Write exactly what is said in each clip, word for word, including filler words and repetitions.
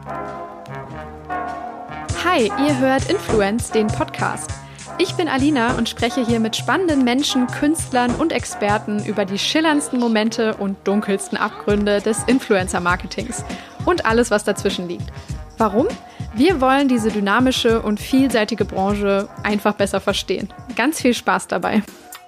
Hi, ihr hört Influence, den Podcast. Ich bin Alina und spreche hier mit spannenden Menschen, Künstlern und Experten über die schillerndsten Momente und dunkelsten Abgründe des Influencer-Marketings und alles, was dazwischen liegt. Warum? Wir wollen diese dynamische und vielseitige Branche einfach besser verstehen. Ganz viel Spaß dabei.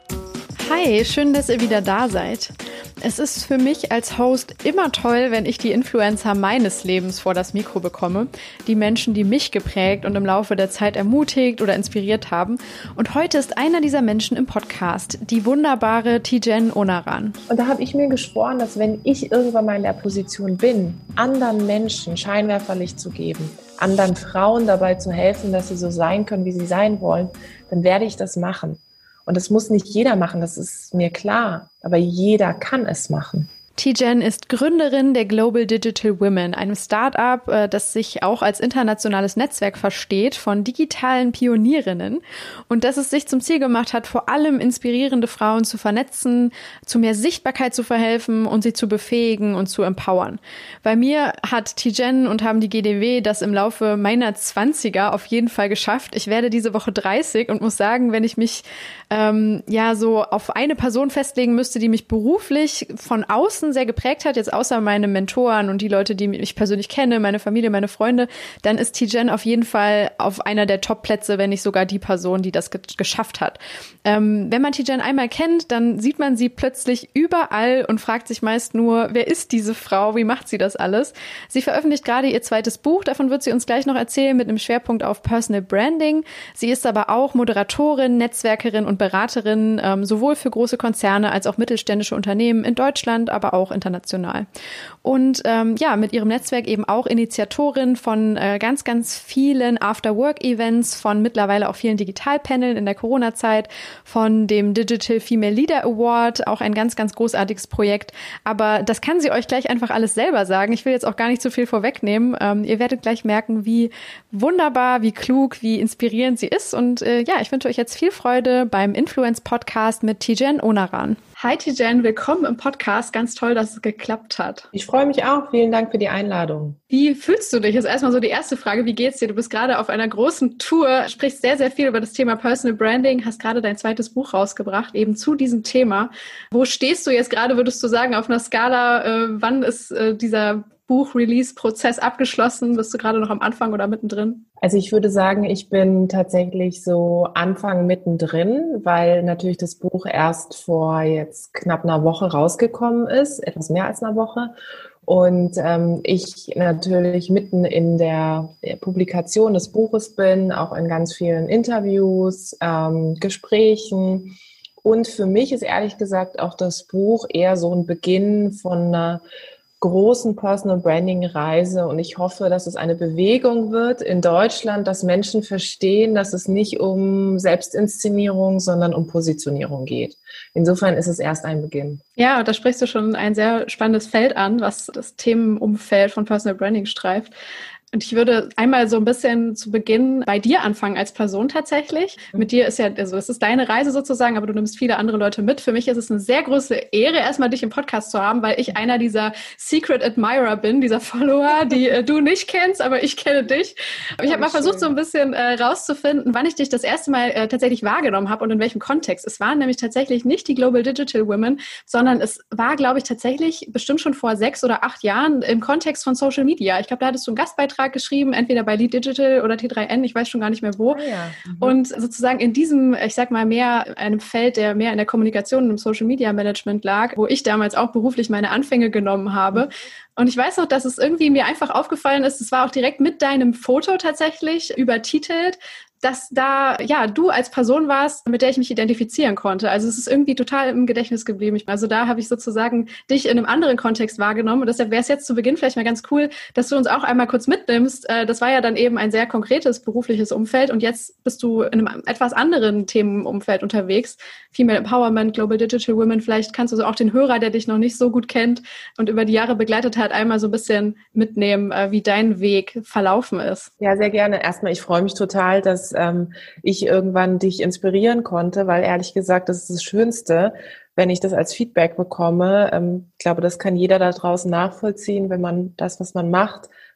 Hi, schön, dass ihr wieder da seid. Es ist für mich als Host immer toll, wenn ich die Influencer meines Lebens vor das Mikro bekomme. Die Menschen, die mich geprägt und im Laufe der Zeit ermutigt oder inspiriert haben. Und heute ist einer dieser Menschen im Podcast, die wunderbare Tijen Onaran. Und da habe ich mir geschworen, dass wenn ich irgendwann mal in der Position bin, anderen Menschen Scheinwerferlicht zu geben, anderen Frauen dabei zu helfen, dass sie so sein können, wie sie sein wollen, dann werde ich das machen. Und das muss nicht jeder machen, das ist mir klar. Aber jeder kann es machen. Tijen ist Gründerin der Global Digital Women, einem Start-up, das sich auch als internationales Netzwerk versteht von digitalen Pionierinnen und das es sich zum Ziel gemacht hat, vor allem inspirierende Frauen zu vernetzen, zu mehr Sichtbarkeit zu verhelfen und sie zu befähigen und zu empowern. Bei mir hat Tijen und haben die G D W das im Laufe meiner Zwanziger auf jeden Fall geschafft. Ich werde diese Woche dreißig und muss sagen, wenn ich mich ähm, ja so auf eine Person festlegen müsste, die mich beruflich von außen sehr geprägt hat, jetzt außer meine Mentoren und die Leute, die ich persönlich kenne, meine Familie, meine Freunde, dann ist Tijen auf jeden Fall auf einer der Top-Plätze, wenn nicht sogar die Person, die das ge- geschafft hat. Ähm, wenn man Tijen einmal kennt, dann sieht man sie plötzlich überall und fragt sich meist nur, wer ist diese Frau, wie macht sie das alles? Sie veröffentlicht gerade ihr zweites Buch, davon wird sie uns gleich noch erzählen, mit einem Schwerpunkt auf Personal Branding. Sie ist aber auch Moderatorin, Netzwerkerin und Beraterin, ähm, sowohl für große Konzerne als auch mittelständische Unternehmen in Deutschland, aber auch auch international. Und ähm, ja, mit ihrem Netzwerk eben auch Initiatorin von äh, ganz, ganz vielen After-Work-Events, von mittlerweile auch vielen Digitalpaneln in der Corona-Zeit, von dem Digital Female Leader Award, auch ein ganz, ganz großartiges Projekt. Aber das kann sie euch gleich einfach alles selber sagen. Ich will jetzt auch gar nicht zu viel vorwegnehmen. Ähm, ihr werdet gleich merken, wie wunderbar, wie klug, wie inspirierend sie ist. Und äh, ja, ich wünsche euch jetzt viel Freude beim Influence-Podcast mit Tijen Onaran. Hi Tijen, willkommen im Podcast. Ganz toll, dass es geklappt hat. Ich freue mich auch. Vielen Dank für die Einladung. Wie fühlst du dich? Das ist erstmal so die erste Frage. Wie geht's dir? Du bist gerade auf einer großen Tour, sprichst sehr, sehr viel über das Thema Personal Branding, hast gerade dein zweites Buch rausgebracht, eben zu diesem Thema. Wo stehst du jetzt gerade, würdest du sagen, auf einer Skala? Äh, wann ist äh, dieser Buch-Release-Prozess abgeschlossen? Bist du gerade noch am Anfang oder mittendrin? Also ich würde sagen, ich bin tatsächlich so Anfang mittendrin, weil natürlich das Buch erst vor jetzt knapp einer Woche rausgekommen ist, etwas mehr als einer Woche. Und ähm, ich natürlich mitten in der, der Publikation des Buches bin, auch in ganz vielen Interviews, ähm, Gesprächen. Und für mich ist ehrlich gesagt auch das Buch eher so ein Beginn von einer großen Personal Branding Reise und ich hoffe, dass es eine Bewegung wird in Deutschland, dass Menschen verstehen, dass es nicht um Selbstinszenierung, sondern um Positionierung geht. Insofern ist es erst ein Beginn. Ja, da sprichst du schon ein sehr spannendes Feld an, was das Themenumfeld von Personal Branding streift. Und ich würde einmal so ein bisschen zu Beginn bei dir anfangen als Person tatsächlich. Mit dir ist ja, also es ist deine Reise sozusagen, aber du nimmst viele andere Leute mit. Für mich ist es eine sehr große Ehre, erstmal dich im Podcast zu haben, weil ich einer dieser Secret Admirer bin, dieser Follower, die äh, du nicht kennst, aber ich kenne dich. Und ich habe mal versucht, so ein bisschen äh, rauszufinden, wann ich dich das erste Mal äh, tatsächlich wahrgenommen habe und in welchem Kontext. Es waren nämlich tatsächlich nicht die Global Digital Women, sondern es war, glaube ich, tatsächlich bestimmt schon vor sechs oder acht Jahren im Kontext von Social Media. Ich glaube, da hattest du einen Gastbeitrag geschrieben, entweder bei Lead Digital oder T drei N, ich weiß schon gar nicht mehr wo. Ah, ja. Mhm. Und sozusagen in diesem, ich sag mal, mehr einem Feld, der mehr in der Kommunikation und im Social Media Management lag, wo ich damals auch beruflich meine Anfänge genommen habe. Mhm. Und ich weiß noch, dass es irgendwie mir einfach aufgefallen ist, es war auch direkt mit deinem Foto tatsächlich übertitelt, dass da, ja, du als Person warst, mit der ich mich identifizieren konnte. Also es ist irgendwie total im Gedächtnis geblieben. Also da habe ich sozusagen dich in einem anderen Kontext wahrgenommen. Und deshalb wäre es jetzt zu Beginn vielleicht mal ganz cool, dass du uns auch einmal kurz mitnimmst. Das war ja dann eben ein sehr konkretes berufliches Umfeld und jetzt bist du in einem etwas anderen Themenumfeld unterwegs. Female Empowerment, Global Digital Women. Vielleicht kannst du so auch den Hörer, der dich noch nicht so gut kennt und über die Jahre begleitet hat, einmal so ein bisschen mitnehmen, wie dein Weg verlaufen ist. Ja, sehr gerne. Erstmal, ich freue mich total, dass ähm, ich irgendwann dich inspirieren konnte, weil ehrlich gesagt, das ist das Schönste, wenn ich das als Feedback bekomme. Ähm, ich glaube, das kann jeder da draußen nachvollziehen, wenn man das, was man macht,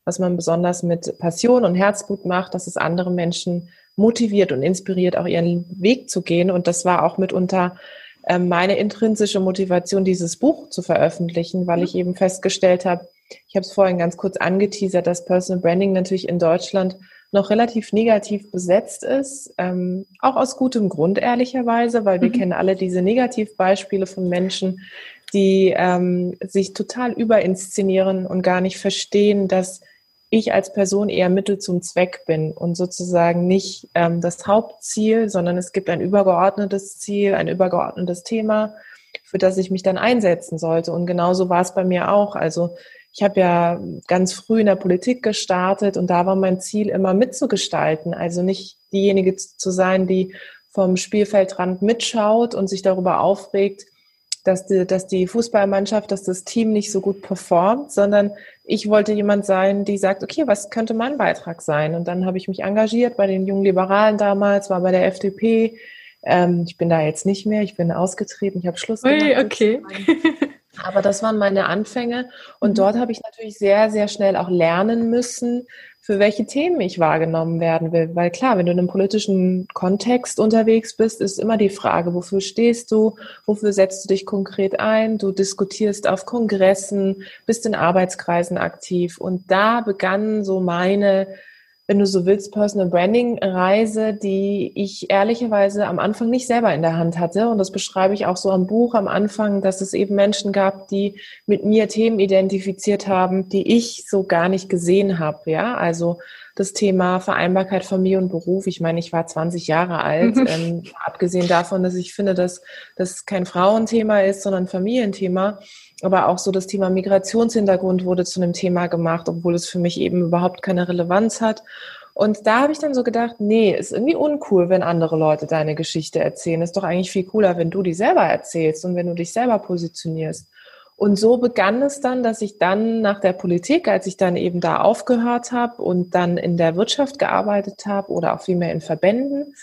was man besonders mit Passion und Herzblut macht, dass es andere Menschen motiviert und inspiriert, auch ihren Weg zu gehen. Und das war auch mitunter äh, meine intrinsische Motivation, dieses Buch zu veröffentlichen, weil ich eben festgestellt habe, ich habe es vorhin ganz kurz angeteasert, dass Personal Branding natürlich in Deutschland noch relativ negativ besetzt ist, ähm, auch aus gutem Grund ehrlicherweise, weil wir mhm. kennen alle diese Negativbeispiele von Menschen, die ähm, sich total überinszenieren und gar nicht verstehen, dass ich als Person eher Mittel zum Zweck bin und sozusagen nicht ähm, das Hauptziel, sondern es gibt ein übergeordnetes Ziel, ein übergeordnetes Thema, für das ich mich dann einsetzen sollte. Und genauso war es bei mir auch. Also ich habe ja ganz früh in der Politik gestartet und da war mein Ziel immer mitzugestalten. Also nicht diejenige zu sein, die vom Spielfeldrand mitschaut und sich darüber aufregt, dass die, dass die Fußballmannschaft, dass das Team nicht so gut performt, sondern ich wollte jemand sein, die sagt, okay, was könnte mein Beitrag sein? Und dann habe ich mich engagiert bei den jungen Liberalen damals, war bei der F D P. Ähm, ich bin da jetzt nicht mehr, ich bin ausgetreten, ich habe Schluss gemacht. Ui, okay. Aber das waren meine Anfänge und mhm. dort habe ich natürlich sehr, sehr schnell auch lernen müssen, für welche Themen ich wahrgenommen werden will. Weil klar, wenn du in einem politischen Kontext unterwegs bist, ist immer die Frage, wofür stehst du, wofür setzt du dich konkret ein? Du diskutierst auf Kongressen, bist in Arbeitskreisen aktiv und da begann so meine, wenn du so willst, Personal Branding Reise, die ich ehrlicherweise am Anfang nicht selber in der Hand hatte. Und das beschreibe ich auch so am Buch am Anfang, dass es eben Menschen gab, die mit mir Themen identifiziert haben, die ich so gar nicht gesehen habe. Ja, also das Thema Vereinbarkeit Familie und Beruf. Ich meine, ich war zwanzig Jahre alt. Mhm. Ähm, abgesehen davon, dass ich finde, dass das kein Frauenthema ist, sondern ein Familienthema. Aber auch so das Thema Migrationshintergrund wurde zu einem Thema gemacht, obwohl es für mich eben überhaupt keine Relevanz hat. Und da habe ich dann so gedacht, nee, ist irgendwie uncool, wenn andere Leute deine Geschichte erzählen. Ist doch eigentlich viel cooler, wenn du die selber erzählst und wenn du dich selber positionierst. Und so begann es dann, dass ich dann nach der Politik, als ich dann eben da aufgehört habe und dann in der Wirtschaft gearbeitet habe oder auch vielmehr in Verbänden,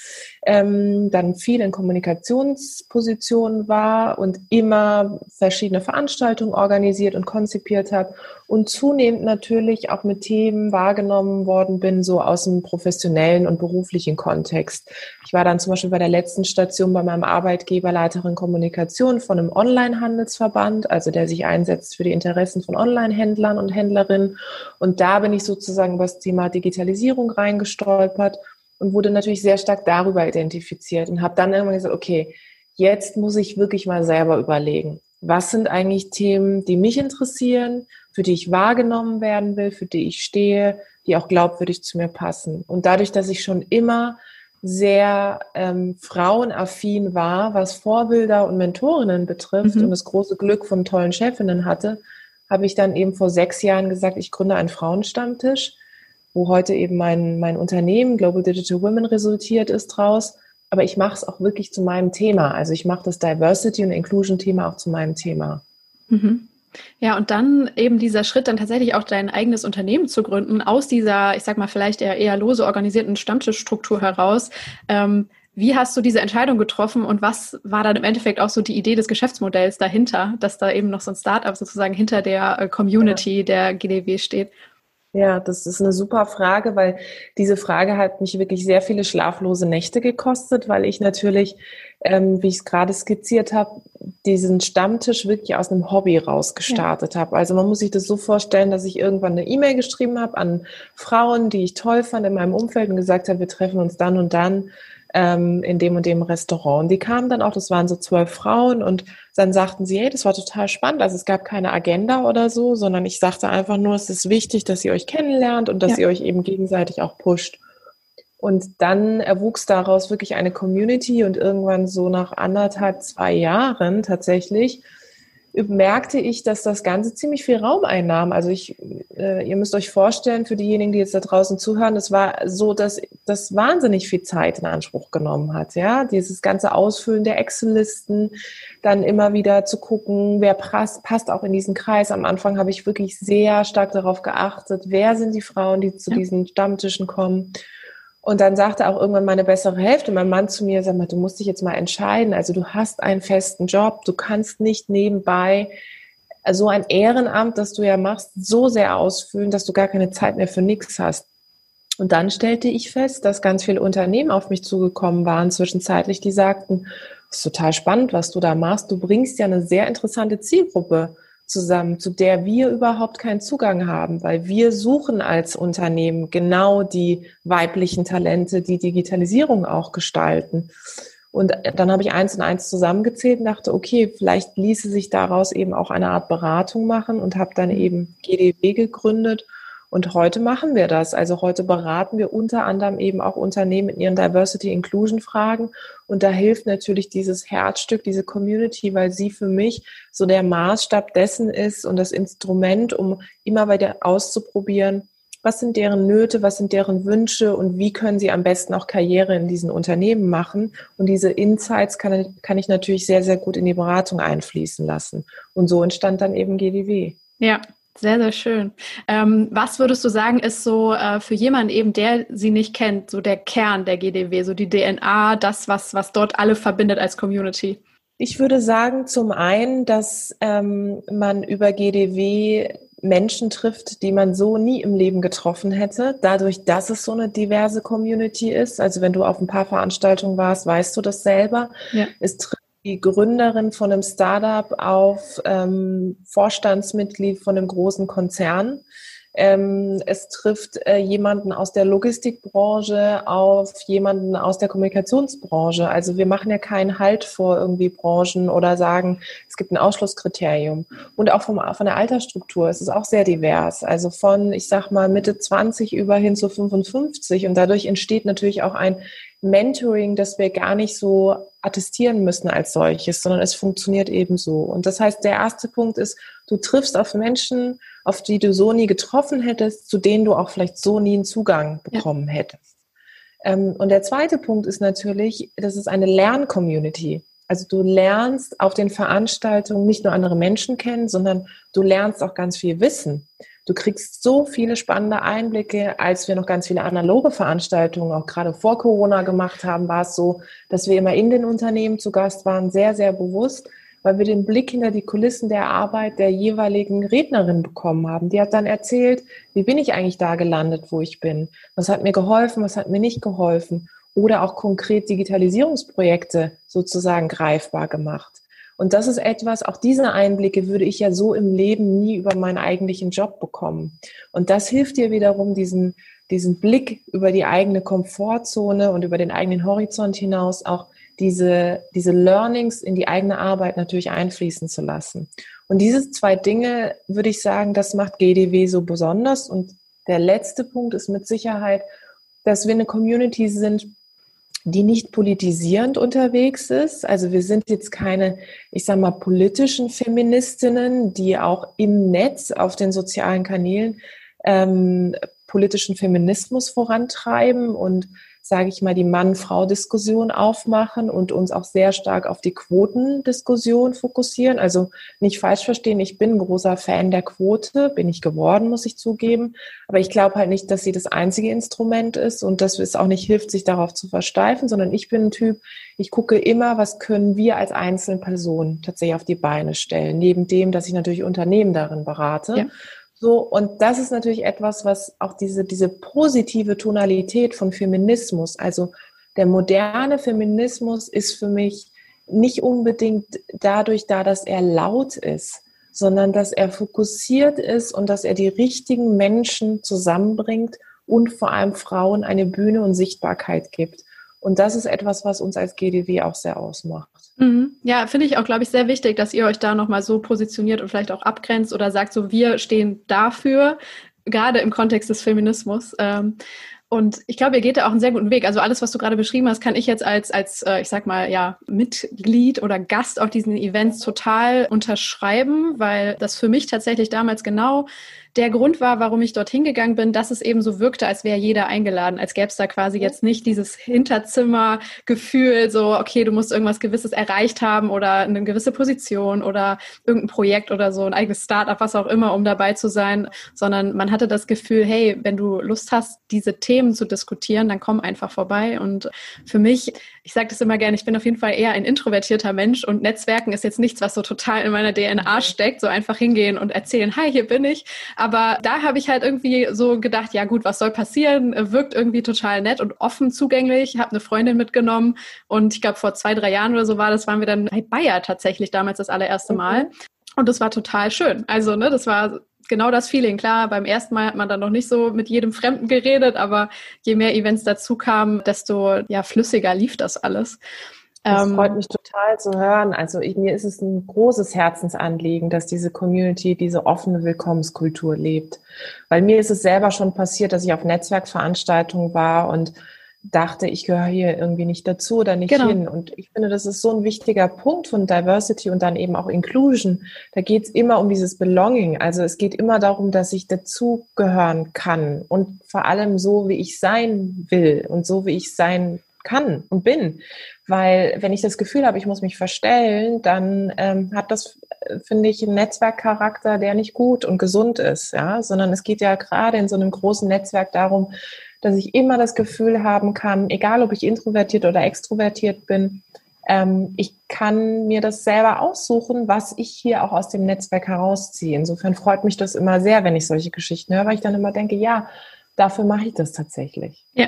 ähm, dann viel in Kommunikationspositionen war und immer verschiedene Veranstaltungen organisiert und konzipiert habe und zunehmend natürlich auch mit Themen wahrgenommen worden bin, so aus dem professionellen und beruflichen Kontext. Ich war dann zum Beispiel bei der letzten Station bei meinem Arbeitgeber Leiterin Kommunikation von einem Online-Handelsverband, also der sich einsetzt für die Interessen von Online-Händlern und Händlerinnen. Und da bin ich sozusagen über das Thema Digitalisierung reingestolpert und wurde natürlich sehr stark darüber identifiziert und habe dann irgendwann gesagt, okay, jetzt muss ich wirklich mal selber überlegen, was sind eigentlich Themen, die mich interessieren, für die ich wahrgenommen werden will, für die ich stehe, die auch glaubwürdig zu mir passen. Und dadurch, dass ich schon immer sehr ähm, frauenaffin war, was Vorbilder und Mentorinnen betrifft mhm. und das große Glück von tollen Chefinnen hatte, habe ich dann eben vor sechs Jahren gesagt, ich gründe einen Frauenstammtisch, wo heute eben mein, mein Unternehmen Global Digital Women resultiert ist draus. Aber ich mache es auch wirklich zu meinem Thema. Also ich mache das Diversity- und Inclusion-Thema auch zu meinem Thema. Mhm. Ja, und dann eben dieser Schritt, dann tatsächlich auch dein eigenes Unternehmen zu gründen, aus dieser, ich sag mal, vielleicht eher, eher lose organisierten Stammtischstruktur heraus. Ähm, wie hast du diese Entscheidung getroffen und was war dann im Endeffekt auch so die Idee des Geschäftsmodells dahinter, dass da eben noch so ein Startup sozusagen hinter der Community ja. der G D W steht? Ja, das ist eine super Frage, weil diese Frage hat mich wirklich sehr viele schlaflose Nächte gekostet, weil ich natürlich, ähm, wie ich es gerade skizziert habe, diesen Stammtisch wirklich aus einem Hobby rausgestartet ja. habe. Also man muss sich das so vorstellen, dass ich irgendwann eine E-Mail geschrieben habe an Frauen, die ich toll fand in meinem Umfeld und gesagt habe, wir treffen uns dann und dann ähm, in dem und dem Restaurant. Und die kamen dann auch, das waren so zwölf Frauen und dann sagten sie, hey, das war total spannend. Also es gab keine Agenda oder so, sondern ich sagte einfach nur, es ist wichtig, dass ihr euch kennenlernt und dass ja. ihr euch eben gegenseitig auch pusht. Und dann erwuchs daraus wirklich eine Community und irgendwann so nach anderthalb, zwei Jahren tatsächlich merkte ich, dass das Ganze ziemlich viel Raum einnahm. Also ich, äh, ihr müsst euch vorstellen, für diejenigen, die jetzt da draußen zuhören, es war so, dass das wahnsinnig viel Zeit in Anspruch genommen hat. Ja, dieses ganze Ausfüllen der Excel-Listen, dann immer wieder zu gucken, wer passt, passt auch in diesen Kreis. Am Anfang habe ich wirklich sehr stark darauf geachtet, wer sind die Frauen, die zu ja. diesen Stammtischen kommen. Und dann sagte auch irgendwann meine bessere Hälfte, mein Mann zu mir, sag mal, du musst dich jetzt mal entscheiden. Also du hast einen festen Job, du kannst nicht nebenbei so ein Ehrenamt, das du ja machst, so sehr ausfüllen, dass du gar keine Zeit mehr für nichts hast. Und dann stellte ich fest, dass ganz viele Unternehmen auf mich zugekommen waren, zwischenzeitlich, die sagten, das ist total spannend, was du da machst. Du bringst ja eine sehr interessante Zielgruppe zusammen, zu der wir überhaupt keinen Zugang haben, weil wir suchen als Unternehmen genau die weiblichen Talente, die Digitalisierung auch gestalten. Und dann habe ich eins und eins zusammengezählt und dachte, okay, vielleicht ließe sich daraus eben auch eine Art Beratung machen und habe dann eben G D W gegründet. Und heute machen wir das. Also heute beraten wir unter anderem eben auch Unternehmen in ihren Diversity-Inclusion-Fragen. Und da hilft natürlich dieses Herzstück, diese Community, weil sie für mich so der Maßstab dessen ist und das Instrument, um immer weiter auszuprobieren, was sind deren Nöte, was sind deren Wünsche und wie können sie am besten auch Karriere in diesen Unternehmen machen. Und diese Insights kann, kann ich natürlich sehr, sehr gut in die Beratung einfließen lassen. Und so entstand dann eben G D W. Ja. Sehr, sehr schön. Ähm, was würdest du sagen, ist so äh, für jemanden eben, der sie nicht kennt, so der Kern der G D W, so die D N A, das, was, was dort alle verbindet als Community? Ich würde sagen, zum einen, dass ähm, man über G D W Menschen trifft, die man so nie im Leben getroffen hätte, dadurch, dass es so eine diverse Community ist. Also wenn du auf ein paar Veranstaltungen warst, weißt du das selber. Ja. Es trifft die Gründerin von einem Startup auf ähm, Vorstandsmitglied von einem großen Konzern. Ähm, es trifft äh, jemanden aus der Logistikbranche auf jemanden aus der Kommunikationsbranche. Also wir machen ja keinen Halt vor irgendwie Branchen oder sagen, es gibt ein Ausschlusskriterium. Und auch vom, von der Altersstruktur ist es auch sehr divers. Also von, ich sag mal, Mitte zwanzig über hin zu fünfundfünfzig. Und dadurch entsteht natürlich auch ein Mentoring, das wir gar nicht so attestieren müssen als solches, sondern es funktioniert eben so. Und das heißt, der erste Punkt ist, du triffst auf Menschen, auf die du so nie getroffen hättest, zu denen du auch vielleicht so nie einen Zugang bekommen ja. hättest. Ähm, und der zweite Punkt ist natürlich, das ist eine Lern-Community. Also du lernst auf den Veranstaltungen nicht nur andere Menschen kennen, sondern du lernst auch ganz viel Wissen. Du kriegst so viele spannende Einblicke. Als wir noch ganz viele analoge Veranstaltungen auch gerade vor Corona gemacht haben, war es so, dass wir immer in den Unternehmen zu Gast waren, sehr, sehr bewusst, weil wir den Blick hinter die Kulissen der Arbeit der jeweiligen Rednerin bekommen haben. Die hat dann erzählt, wie bin ich eigentlich da gelandet, wo ich bin? Was hat mir geholfen, was hat mir nicht geholfen? Oder auch konkret Digitalisierungsprojekte sozusagen greifbar gemacht. Und das ist etwas, auch diese Einblicke würde ich ja so im Leben nie über meinen eigentlichen Job bekommen. Und das hilft dir wiederum, diesen, diesen Blick über die eigene Komfortzone und über den eigenen Horizont hinaus auch diese, diese Learnings in die eigene Arbeit natürlich einfließen zu lassen. Und diese zwei Dinge, würde ich sagen, das macht G D W so besonders. Und der letzte Punkt ist mit Sicherheit, dass wir eine Community sind, die nicht politisierend unterwegs ist. Also wir sind jetzt keine, ich sag mal, politischen Feministinnen, die auch im Netz auf den sozialen Kanälen ähm, politischen Feminismus vorantreiben und, sage ich mal, die Mann-Frau-Diskussion aufmachen und uns auch sehr stark auf die Quotendiskussion fokussieren. Also nicht falsch verstehen, ich bin ein großer Fan der Quote, bin ich geworden, muss ich zugeben. Aber ich glaube halt nicht, dass sie das einzige Instrument ist und dass es auch nicht hilft, sich darauf zu versteifen, sondern ich bin ein Typ, ich gucke immer, was können wir als einzelne Personen tatsächlich auf die Beine stellen, neben dem, dass ich natürlich Unternehmen darin berate. Ja. So, und das ist natürlich etwas, was auch diese, diese positive Tonalität von Feminismus, also der moderne Feminismus ist für mich nicht unbedingt dadurch da, dass er laut ist, sondern dass er fokussiert ist und dass er die richtigen Menschen zusammenbringt und vor allem Frauen eine Bühne und Sichtbarkeit gibt. Und das ist etwas, was uns als G D W auch sehr ausmacht. Mhm. Ja, finde ich auch, glaube ich, sehr wichtig, dass ihr euch da nochmal so positioniert und vielleicht auch abgrenzt oder sagt, so wir stehen dafür, gerade im Kontext des Feminismus. Ähm, Und ich glaube, ihr geht da auch einen sehr guten Weg. Also alles, was du gerade beschrieben hast, kann ich jetzt als, als äh, ich sag mal, ja, Mitglied oder Gast auf diesen Events total unterschreiben, weil das für mich tatsächlich damals genau der Grund war, warum ich dorthin gegangen bin, dass es eben so wirkte, als wäre jeder eingeladen, als gäbe es da quasi jetzt nicht dieses Hinterzimmergefühl, so, okay, du musst irgendwas Gewisses erreicht haben oder eine gewisse Position oder irgendein Projekt oder so, ein eigenes Startup, was auch immer, um dabei zu sein, sondern man hatte das Gefühl, hey, wenn du Lust hast, diese Themen Themen zu diskutieren, dann komm einfach vorbei. Und für mich, ich sage das immer gerne, ich bin auf jeden Fall eher ein introvertierter Mensch und Netzwerken ist jetzt nichts, was so total in meiner D N A steckt, so einfach hingehen und erzählen, hi, hier bin ich. Aber da habe ich halt irgendwie so gedacht, ja gut, was soll passieren? Wirkt irgendwie total nett und offen zugänglich. Ich habe eine Freundin mitgenommen und ich glaube vor zwei, drei Jahren oder so war das, waren wir dann bei Bayer tatsächlich damals das allererste Mal. Mhm. Und das war total schön. Also, ne, das war genau das Feeling. Klar, beim ersten Mal hat man dann noch nicht so mit jedem Fremden geredet, aber je mehr Events dazu kamen, desto ja, flüssiger lief das alles. Das ähm, freut mich total zu hören. Also ich, mir ist es ein großes Herzensanliegen, dass diese Community diese offene Willkommenskultur lebt. Weil mir ist es selber schon passiert, dass ich auf Netzwerkveranstaltungen war und dachte, ich gehöre hier irgendwie nicht dazu oder nicht genau. hin. Und ich finde, das ist so ein wichtiger Punkt von Diversity und dann eben auch Inclusion. Da geht es immer um dieses Belonging. Also es geht immer darum, dass ich dazugehören kann und vor allem so, wie ich sein will und so, wie ich sein kann und bin. Weil wenn ich das Gefühl habe, ich muss mich verstellen, dann ähm, hat das, finde ich, einen Netzwerkcharakter, der nicht gut und gesund ist. Ja? Sondern es geht ja gerade in so einem großen Netzwerk darum, dass ich immer das Gefühl haben kann, egal ob ich introvertiert oder extrovertiert bin, ähm, ich kann mir das selber aussuchen, was ich hier auch aus dem Netzwerk herausziehe. Insofern freut mich das immer sehr, wenn ich solche Geschichten höre, weil ich dann immer denke, ja, dafür mache ich das tatsächlich. Ja.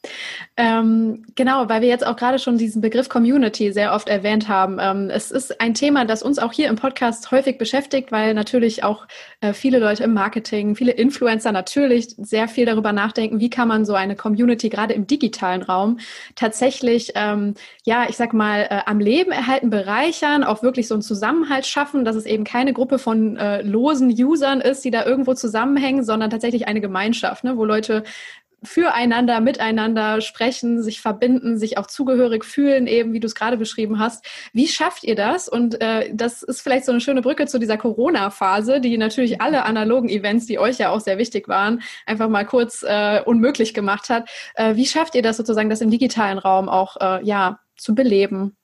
Ähm, genau, weil wir jetzt auch gerade schon diesen Begriff Community sehr oft erwähnt haben. Ähm, es ist ein Thema, das uns auch hier im Podcast häufig beschäftigt, weil natürlich auch äh, viele Leute im Marketing, viele Influencer natürlich sehr viel darüber nachdenken, wie kann man so eine Community gerade im digitalen Raum tatsächlich, ähm, ja, ich sag mal, äh, am Leben erhalten, bereichern, auch wirklich so einen Zusammenhalt schaffen, dass es eben keine Gruppe von äh, losen Usern ist, die da irgendwo zusammenhängen, sondern tatsächlich eine Gemeinschaft, ne, wo Leute füreinander, miteinander sprechen, sich verbinden, sich auch zugehörig fühlen, eben wie du es gerade beschrieben hast. Wie schafft ihr das? Und äh, das ist vielleicht so eine schöne Brücke zu dieser Corona-Phase, die natürlich alle analogen Events, die euch ja auch sehr wichtig waren, einfach mal kurz äh, unmöglich gemacht hat. Äh, wie schafft ihr das sozusagen, das im digitalen Raum auch äh, ja zu beleben?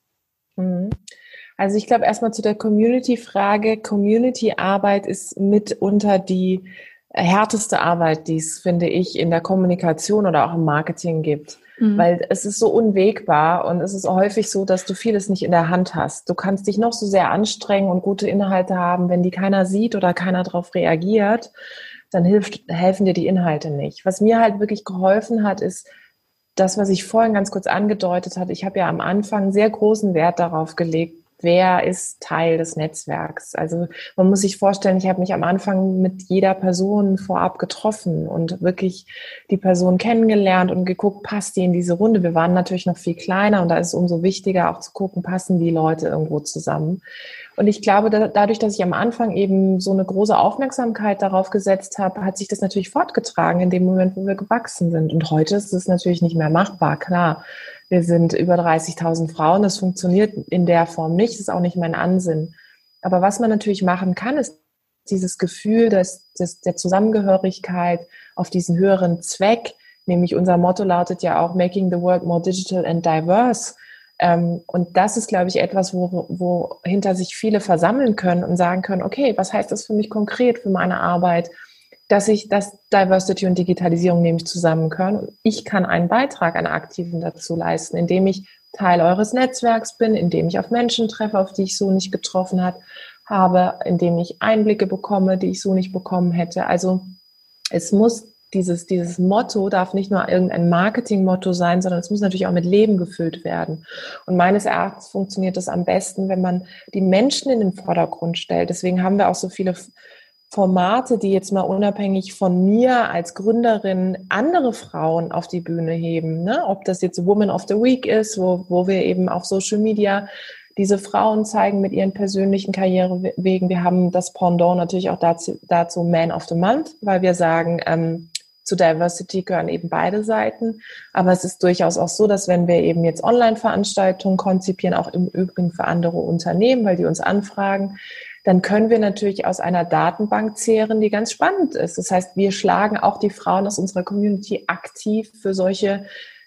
Also ich glaube erstmal zu der Community-Frage. Community-Arbeit ist mitunter die härteste Arbeit, die es, finde ich, in der Kommunikation oder auch im Marketing gibt. Mhm. Weil es ist so unwägbar und es ist häufig so, dass du vieles nicht in der Hand hast. Du kannst dich noch so sehr anstrengen und gute Inhalte haben, wenn die keiner sieht oder keiner darauf reagiert, dann hilft, helfen dir die Inhalte nicht. Was mir halt wirklich geholfen hat, ist das, was ich vorhin ganz kurz angedeutet hatte. Ich habe ja am Anfang sehr großen Wert darauf gelegt, wer ist Teil des Netzwerks? Also man muss sich vorstellen, ich habe mich am Anfang mit jeder Person vorab getroffen und wirklich die Person kennengelernt und geguckt, passt die in diese Runde? Wir waren natürlich noch viel kleiner und da ist es umso wichtiger auch zu gucken, passen die Leute irgendwo zusammen? Und ich glaube, da, dadurch, dass ich am Anfang eben so eine große Aufmerksamkeit darauf gesetzt habe, hat sich das natürlich fortgetragen in dem Moment, wo wir gewachsen sind. Und heute ist es natürlich nicht mehr machbar, klar. Wir sind über dreißigtausend Frauen. Das funktioniert in der Form nicht. Das ist auch nicht mein Ansinnen. Aber was man natürlich machen kann, ist dieses Gefühl des, des, der Zusammengehörigkeit auf diesen höheren Zweck. Nämlich unser Motto lautet ja auch Making the World more digital and diverse. Ähm, und das ist, glaube ich, etwas, wo, wo hinter sich viele versammeln können und sagen können, okay, was heißt das für mich konkret, für meine Arbeit? Dass ich, dass Diversity und Digitalisierung nämlich zusammen können. Und ich kann einen Beitrag, einen aktiven dazu leisten, indem ich Teil eures Netzwerks bin, indem ich auf Menschen treffe, auf die ich so nicht getroffen hat, habe, indem ich Einblicke bekomme, die ich so nicht bekommen hätte. Also es muss dieses, dieses Motto darf nicht nur irgendein Marketing-Motto sein, sondern es muss natürlich auch mit Leben gefüllt werden. Und meines Erachtens funktioniert das am besten, wenn man die Menschen in den Vordergrund stellt. Deswegen haben wir auch so viele Formate, die jetzt mal unabhängig von mir als Gründerin andere Frauen auf die Bühne heben, ne? Ob das jetzt Woman of the Week ist, wo, wo wir eben auf Social Media diese Frauen zeigen mit ihren persönlichen Karrierewegen. Wir haben das Pendant natürlich auch dazu, dazu Man of the Month, weil wir sagen, ähm, zu Diversity gehören eben beide Seiten. Aber es ist durchaus auch so, dass wenn wir eben jetzt Online-Veranstaltungen konzipieren, auch im Übrigen für andere Unternehmen, weil die uns anfragen, dann können wir natürlich aus einer Datenbank zehren, die ganz spannend ist. Das heißt, wir schlagen auch die Frauen aus unserer Community aktiv für solche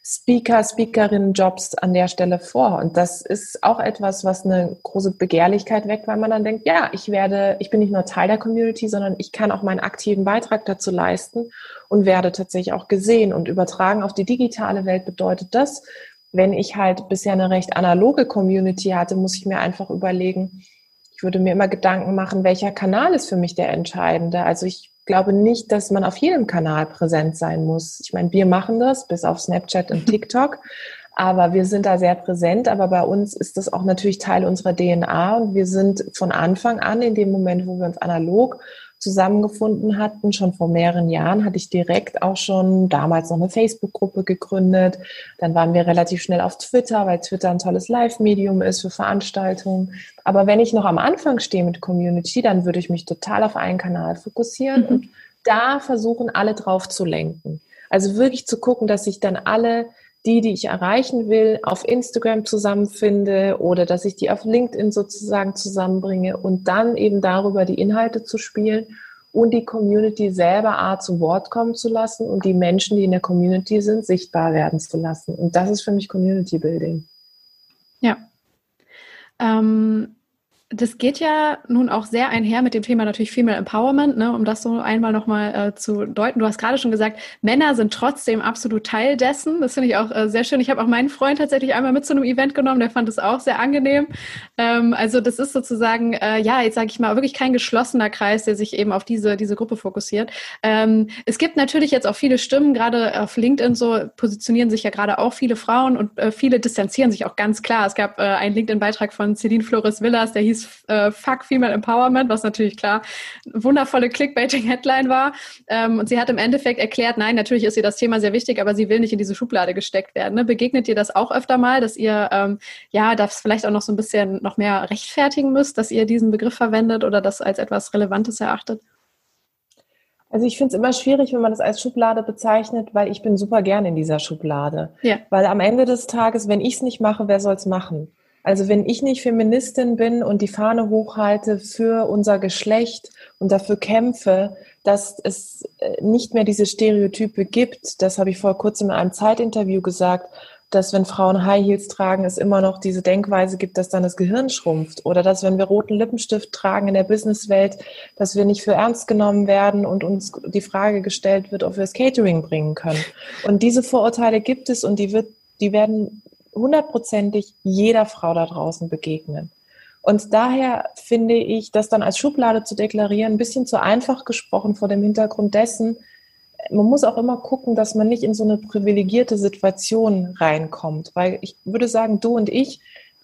Speaker, Speakerinnen-Jobs an der Stelle vor. Und das ist auch etwas, was eine große Begehrlichkeit weckt, weil man dann denkt, ja, ich werde, ich bin nicht nur Teil der Community, sondern ich kann auch meinen aktiven Beitrag dazu leisten und werde tatsächlich auch gesehen. Und übertragen auf die digitale Welt bedeutet das, wenn ich halt bisher eine recht analoge Community hatte, muss ich mir einfach überlegen, ich würde mir immer Gedanken machen, welcher Kanal ist für mich der entscheidende. Also ich glaube nicht, dass man auf jedem Kanal präsent sein muss. Ich meine, wir machen das, bis auf Snapchat und TikTok, aber wir sind da sehr präsent. Aber bei uns ist das auch natürlich Teil unserer D N A und wir sind von Anfang an, in dem Moment, wo wir uns analog zusammengefunden hatten, schon vor mehreren Jahren, hatte ich direkt auch schon damals noch eine Facebook-Gruppe gegründet. Dann waren wir relativ schnell auf Twitter, weil Twitter ein tolles Live-Medium ist für Veranstaltungen. Aber wenn ich noch am Anfang stehe mit Community, dann würde ich mich total auf einen Kanal fokussieren mhm. und da versuchen, alle drauf zu lenken. Also wirklich zu gucken, dass ich dann alle die, die ich erreichen will, auf Instagram zusammenfinde oder dass ich die auf LinkedIn sozusagen zusammenbringe und dann eben darüber die Inhalte zu spielen und die Community selber A zu Wort kommen zu lassen und die Menschen, die in der Community sind, sichtbar werden zu lassen. Und das ist für mich Community Building. Ja. Ähm Das geht ja nun auch sehr einher mit dem Thema natürlich Female Empowerment, ne, um das so einmal nochmal äh, zu deuten. Du hast gerade schon gesagt, Männer sind trotzdem absolut Teil dessen. Das finde ich auch äh, sehr schön. Ich habe auch meinen Freund tatsächlich einmal mit zu einem Event genommen, der fand es auch sehr angenehm. Ähm, also das ist sozusagen, äh, ja, jetzt sage ich mal, wirklich kein geschlossener Kreis, der sich eben auf diese diese Gruppe fokussiert. Ähm, es gibt natürlich jetzt auch viele Stimmen, gerade auf LinkedIn so positionieren sich ja gerade auch viele Frauen und äh, viele distanzieren sich auch ganz klar. Es gab äh, einen LinkedIn-Beitrag von Celine Flores-Villas, der hieß Äh, Fuck Female Empowerment, was natürlich klar eine wundervolle Clickbaiting-Headline war. Ähm, und sie hat im Endeffekt erklärt, nein, natürlich ist ihr das Thema sehr wichtig, aber sie will nicht in diese Schublade gesteckt werden. Ne? Begegnet ihr das auch öfter mal, dass ihr ähm, ja das vielleicht auch noch so ein bisschen noch mehr rechtfertigen müsst, dass ihr diesen Begriff verwendet oder das als etwas Relevantes erachtet? Also ich finde es immer schwierig, wenn man das als Schublade bezeichnet, weil ich bin super gern in dieser Schublade. Ja. Weil am Ende des Tages, wenn ich es nicht mache, wer soll es machen? Also wenn ich nicht Feministin bin und die Fahne hochhalte für unser Geschlecht und dafür kämpfe, dass es nicht mehr diese Stereotype gibt, das habe ich vor kurzem in einem Zeitinterview gesagt, dass wenn Frauen High Heels tragen, es immer noch diese Denkweise gibt, dass dann das Gehirn schrumpft. Oder dass wenn wir roten Lippenstift tragen in der Businesswelt, dass wir nicht für ernst genommen werden und uns die Frage gestellt wird, ob wir das Catering bringen können. Und diese Vorurteile gibt es und die wird, die werden hundertprozentig jeder Frau da draußen begegnen. Und daher finde ich, das dann als Schublade zu deklarieren, ein bisschen zu einfach gesprochen vor dem Hintergrund dessen, man muss auch immer gucken, dass man nicht in so eine privilegierte Situation reinkommt. Weil ich würde sagen, du und ich,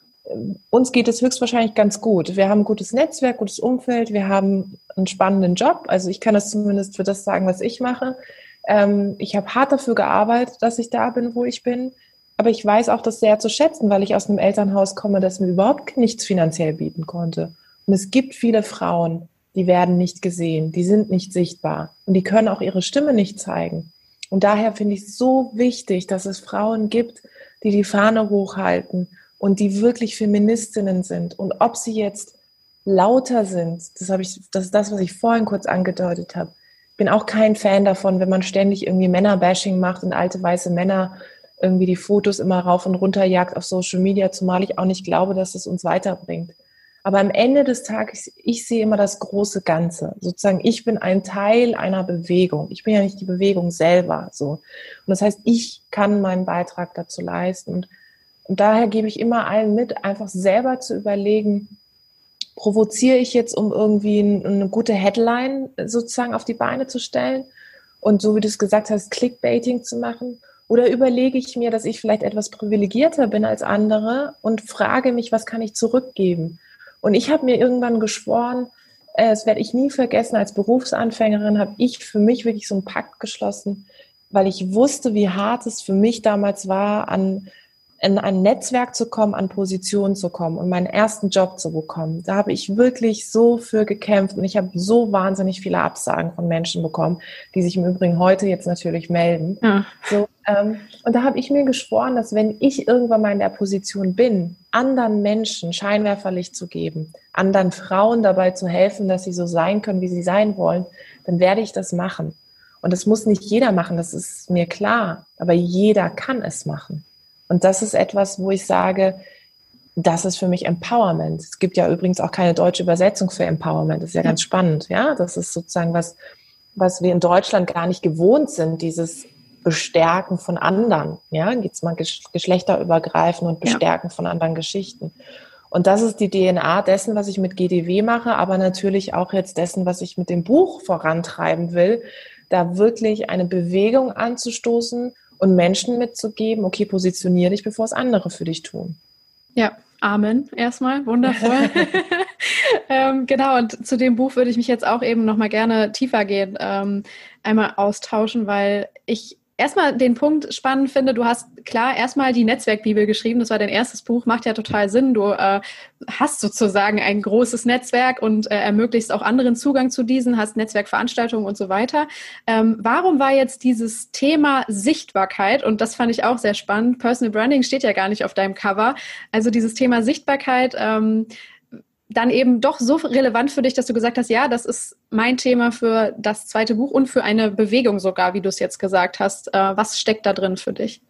uns geht es höchstwahrscheinlich ganz gut. Wir haben ein gutes Netzwerk, gutes Umfeld, wir haben einen spannenden Job. Also ich kann das zumindest für das sagen, was ich mache. Ich habe hart dafür gearbeitet, dass ich da bin, wo ich bin. Aber ich weiß auch das sehr zu schätzen, weil ich aus einem Elternhaus komme, das mir überhaupt nichts finanziell bieten konnte. Und es gibt viele Frauen, die werden nicht gesehen, die sind nicht sichtbar und die können auch ihre Stimme nicht zeigen. Und daher finde ich es so wichtig, dass es Frauen gibt, die die Fahne hochhalten und die wirklich Feministinnen sind. Und ob sie jetzt lauter sind, das habe ich, das ist das, was ich vorhin kurz angedeutet habe. Ich bin auch kein Fan davon, wenn man ständig irgendwie Männerbashing macht und alte weiße Männer irgendwie die Fotos immer rauf und runter jagt auf Social Media, zumal ich auch nicht glaube, dass es uns weiterbringt. Aber am Ende des Tages, ich sehe immer das große Ganze. Sozusagen, ich bin ein Teil einer Bewegung. Ich bin ja nicht die Bewegung selber. So. Und das heißt, ich kann meinen Beitrag dazu leisten. Und, und daher gebe ich immer allen mit, einfach selber zu überlegen, provoziere ich jetzt, um irgendwie eine gute Headline sozusagen auf die Beine zu stellen und so wie du es gesagt hast, Clickbaiting zu machen? Oder überlege ich mir, dass ich vielleicht etwas privilegierter bin als andere und frage mich, was kann ich zurückgeben? Und ich habe mir irgendwann geschworen, äh, das werde ich nie vergessen, als Berufsanfängerin habe ich für mich wirklich so einen Pakt geschlossen, weil ich wusste, wie hart es für mich damals war, an, in ein Netzwerk zu kommen, an Positionen zu kommen und meinen ersten Job zu bekommen. Da habe ich wirklich so für gekämpft und ich habe so wahnsinnig viele Absagen von Menschen bekommen, die sich im Übrigen heute jetzt natürlich melden. Ja. So, ähm, und da habe ich mir geschworen, dass wenn ich irgendwann mal in der Position bin, anderen Menschen Scheinwerferlicht zu geben, anderen Frauen dabei zu helfen, dass sie so sein können, wie sie sein wollen, dann werde ich das machen. Und das muss nicht jeder machen, das ist mir klar, aber jeder kann es machen. Und das ist etwas, wo ich sage, das ist für mich Empowerment. Es gibt ja übrigens auch keine deutsche Übersetzung für Empowerment. Das ist ja ganz spannend, ja. Das ist sozusagen was, was wir in Deutschland gar nicht gewohnt sind, dieses Bestärken von anderen, ja. Geht's mal geschlechterübergreifend und Bestärken ja. von anderen Geschichten. Und das ist die D N A dessen, was ich mit G D W mache, aber natürlich auch jetzt dessen, was ich mit dem Buch vorantreiben will, da wirklich eine Bewegung anzustoßen und Menschen mitzugeben, okay, positioniere dich, bevor es andere für dich tun. Ja, Amen erstmal, wundervoll. ähm, genau, und zu dem Buch würde ich mich jetzt auch eben nochmal gerne tiefer gehen, ähm, einmal austauschen, weil ich erstmal den Punkt spannend finde, du hast klar erstmal die Netzwerkbibel geschrieben, das war dein erstes Buch, macht ja total Sinn, du äh, hast sozusagen ein großes Netzwerk und äh, ermöglichst auch anderen Zugang zu diesen, hast Netzwerkveranstaltungen und so weiter. Ähm, warum war jetzt dieses Thema Sichtbarkeit, und das fand ich auch sehr spannend, Personal Branding steht ja gar nicht auf deinem Cover, also dieses Thema Sichtbarkeit, ähm, dann eben doch so relevant für dich, dass du gesagt hast, ja, das ist mein Thema für das zweite Buch und für eine Bewegung sogar, wie du es jetzt gesagt hast. Äh, was steckt da drin für dich?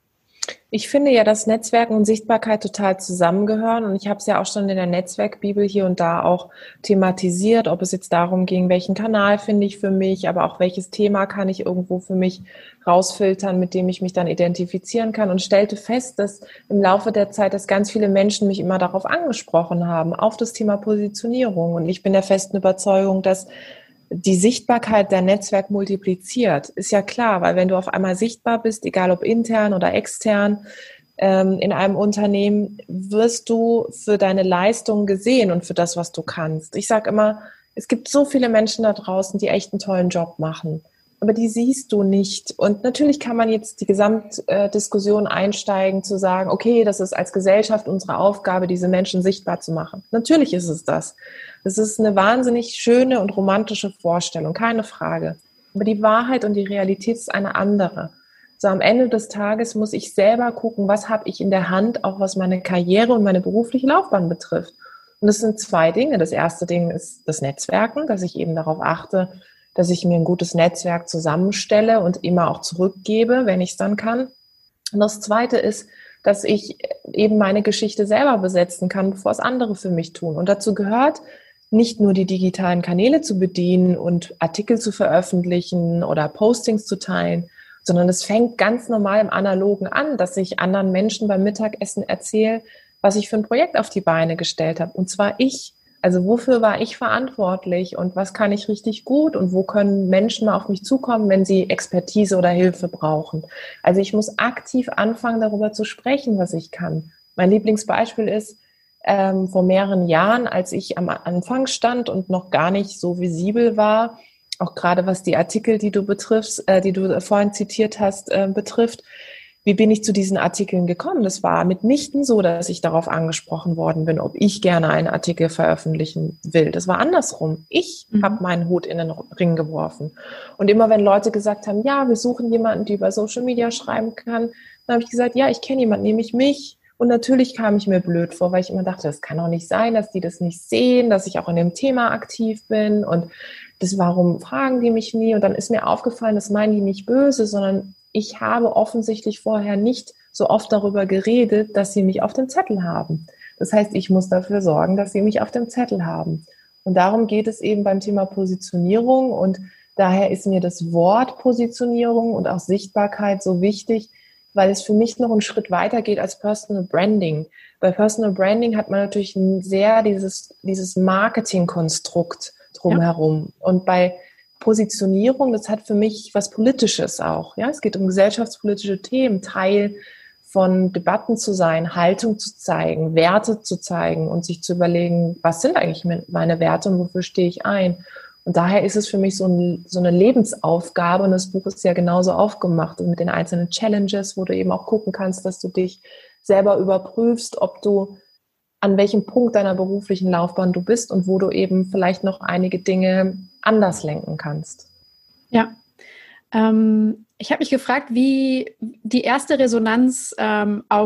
Ich finde ja, dass Netzwerken und Sichtbarkeit total zusammengehören, und ich habe es ja auch schon in der Netzwerkbibel hier und da auch thematisiert, ob es jetzt darum ging, welchen Kanal finde ich für mich, aber auch welches Thema kann ich irgendwo für mich rausfiltern, mit dem ich mich dann identifizieren kann, und stellte fest, dass im Laufe der Zeit, dass ganz viele Menschen mich immer darauf angesprochen haben, auf das Thema Positionierung, und ich bin der festen Überzeugung, dass die Sichtbarkeit der Netzwerk multipliziert, ist ja klar, weil wenn du auf einmal sichtbar bist, egal ob intern oder extern, ähm, in einem Unternehmen, wirst du für deine Leistung gesehen und für das, was du kannst. Ich sage immer, es gibt so viele Menschen da draußen, die echt einen tollen Job machen, aber die siehst du nicht. Und natürlich kann man jetzt die Gesamtdiskussion einsteigen, zu sagen, okay, das ist als Gesellschaft unsere Aufgabe, diese Menschen sichtbar zu machen. Natürlich ist es das. Das ist eine wahnsinnig schöne und romantische Vorstellung, keine Frage. Aber die Wahrheit und die Realität ist eine andere. So am Ende des Tages muss ich selber gucken, was habe ich in der Hand, auch was meine Karriere und meine berufliche Laufbahn betrifft. Und das sind zwei Dinge. Das erste Ding ist das Netzwerken, dass ich eben darauf achte, dass ich mir ein gutes Netzwerk zusammenstelle und immer auch zurückgebe, wenn ich es dann kann. Und das Zweite ist, dass ich eben meine Geschichte selber besetzen kann, bevor es andere für mich tun. Und dazu gehört, nicht nur die digitalen Kanäle zu bedienen und Artikel zu veröffentlichen oder Postings zu teilen, sondern es fängt ganz normal im Analogen an, dass ich anderen Menschen beim Mittagessen erzähle, was ich für ein Projekt auf die Beine gestellt habe. Und zwar ich. Also wofür war ich verantwortlich und was kann ich richtig gut und wo können Menschen mal auf mich zukommen, wenn sie Expertise oder Hilfe brauchen. Also ich muss aktiv anfangen, darüber zu sprechen, was ich kann. Mein Lieblingsbeispiel ist, ähm, vor mehreren Jahren, als ich am Anfang stand und noch gar nicht so visibel war, auch gerade was die Artikel, die du betriffst, äh, die du vorhin zitiert hast, äh, betrifft. Wie bin ich zu diesen Artikeln gekommen? Das war mitnichten so, dass ich darauf angesprochen worden bin, ob ich gerne einen Artikel veröffentlichen will. Das war andersrum. Ich mhm. habe meinen Hut in den Ring geworfen. Und immer wenn Leute gesagt haben, ja, wir suchen jemanden, der über Social Media schreiben kann, dann habe ich gesagt, ja, ich kenne jemanden, nämlich mich. Und natürlich kam ich mir blöd vor, weil ich immer dachte, das kann doch nicht sein, dass die das nicht sehen, dass ich auch in dem Thema aktiv bin. Und das, warum fragen die mich nie? Und dann ist mir aufgefallen, das meinen die nicht böse, sondern ich habe offensichtlich vorher nicht so oft darüber geredet, dass sie mich auf dem Zettel haben. Das heißt, ich muss dafür sorgen, dass sie mich auf dem Zettel haben. Und darum geht es eben beim Thema Positionierung. Und daher ist mir das Wort Positionierung und auch Sichtbarkeit so wichtig, weil es für mich noch einen Schritt weiter geht als Personal Branding. Bei Personal Branding hat man natürlich ein sehr dieses, dieses Marketingkonstrukt drumherum. Ja. Und bei Positionierung, das hat für mich was Politisches auch. Ja, es geht um gesellschaftspolitische Themen, Teil von Debatten zu sein, Haltung zu zeigen, Werte zu zeigen und sich zu überlegen, was sind eigentlich meine Werte und wofür stehe ich ein? Und daher ist es für mich so, ein, so eine Lebensaufgabe, und das Buch ist ja genauso aufgemacht und mit den einzelnen Challenges, wo du eben auch gucken kannst, dass du dich selber überprüfst, ob du an welchem Punkt deiner beruflichen Laufbahn du bist und wo du eben vielleicht noch einige Dinge anders lenken kannst. Ja, ähm, ich habe mich gefragt, wie die erste Resonanz ähm, auf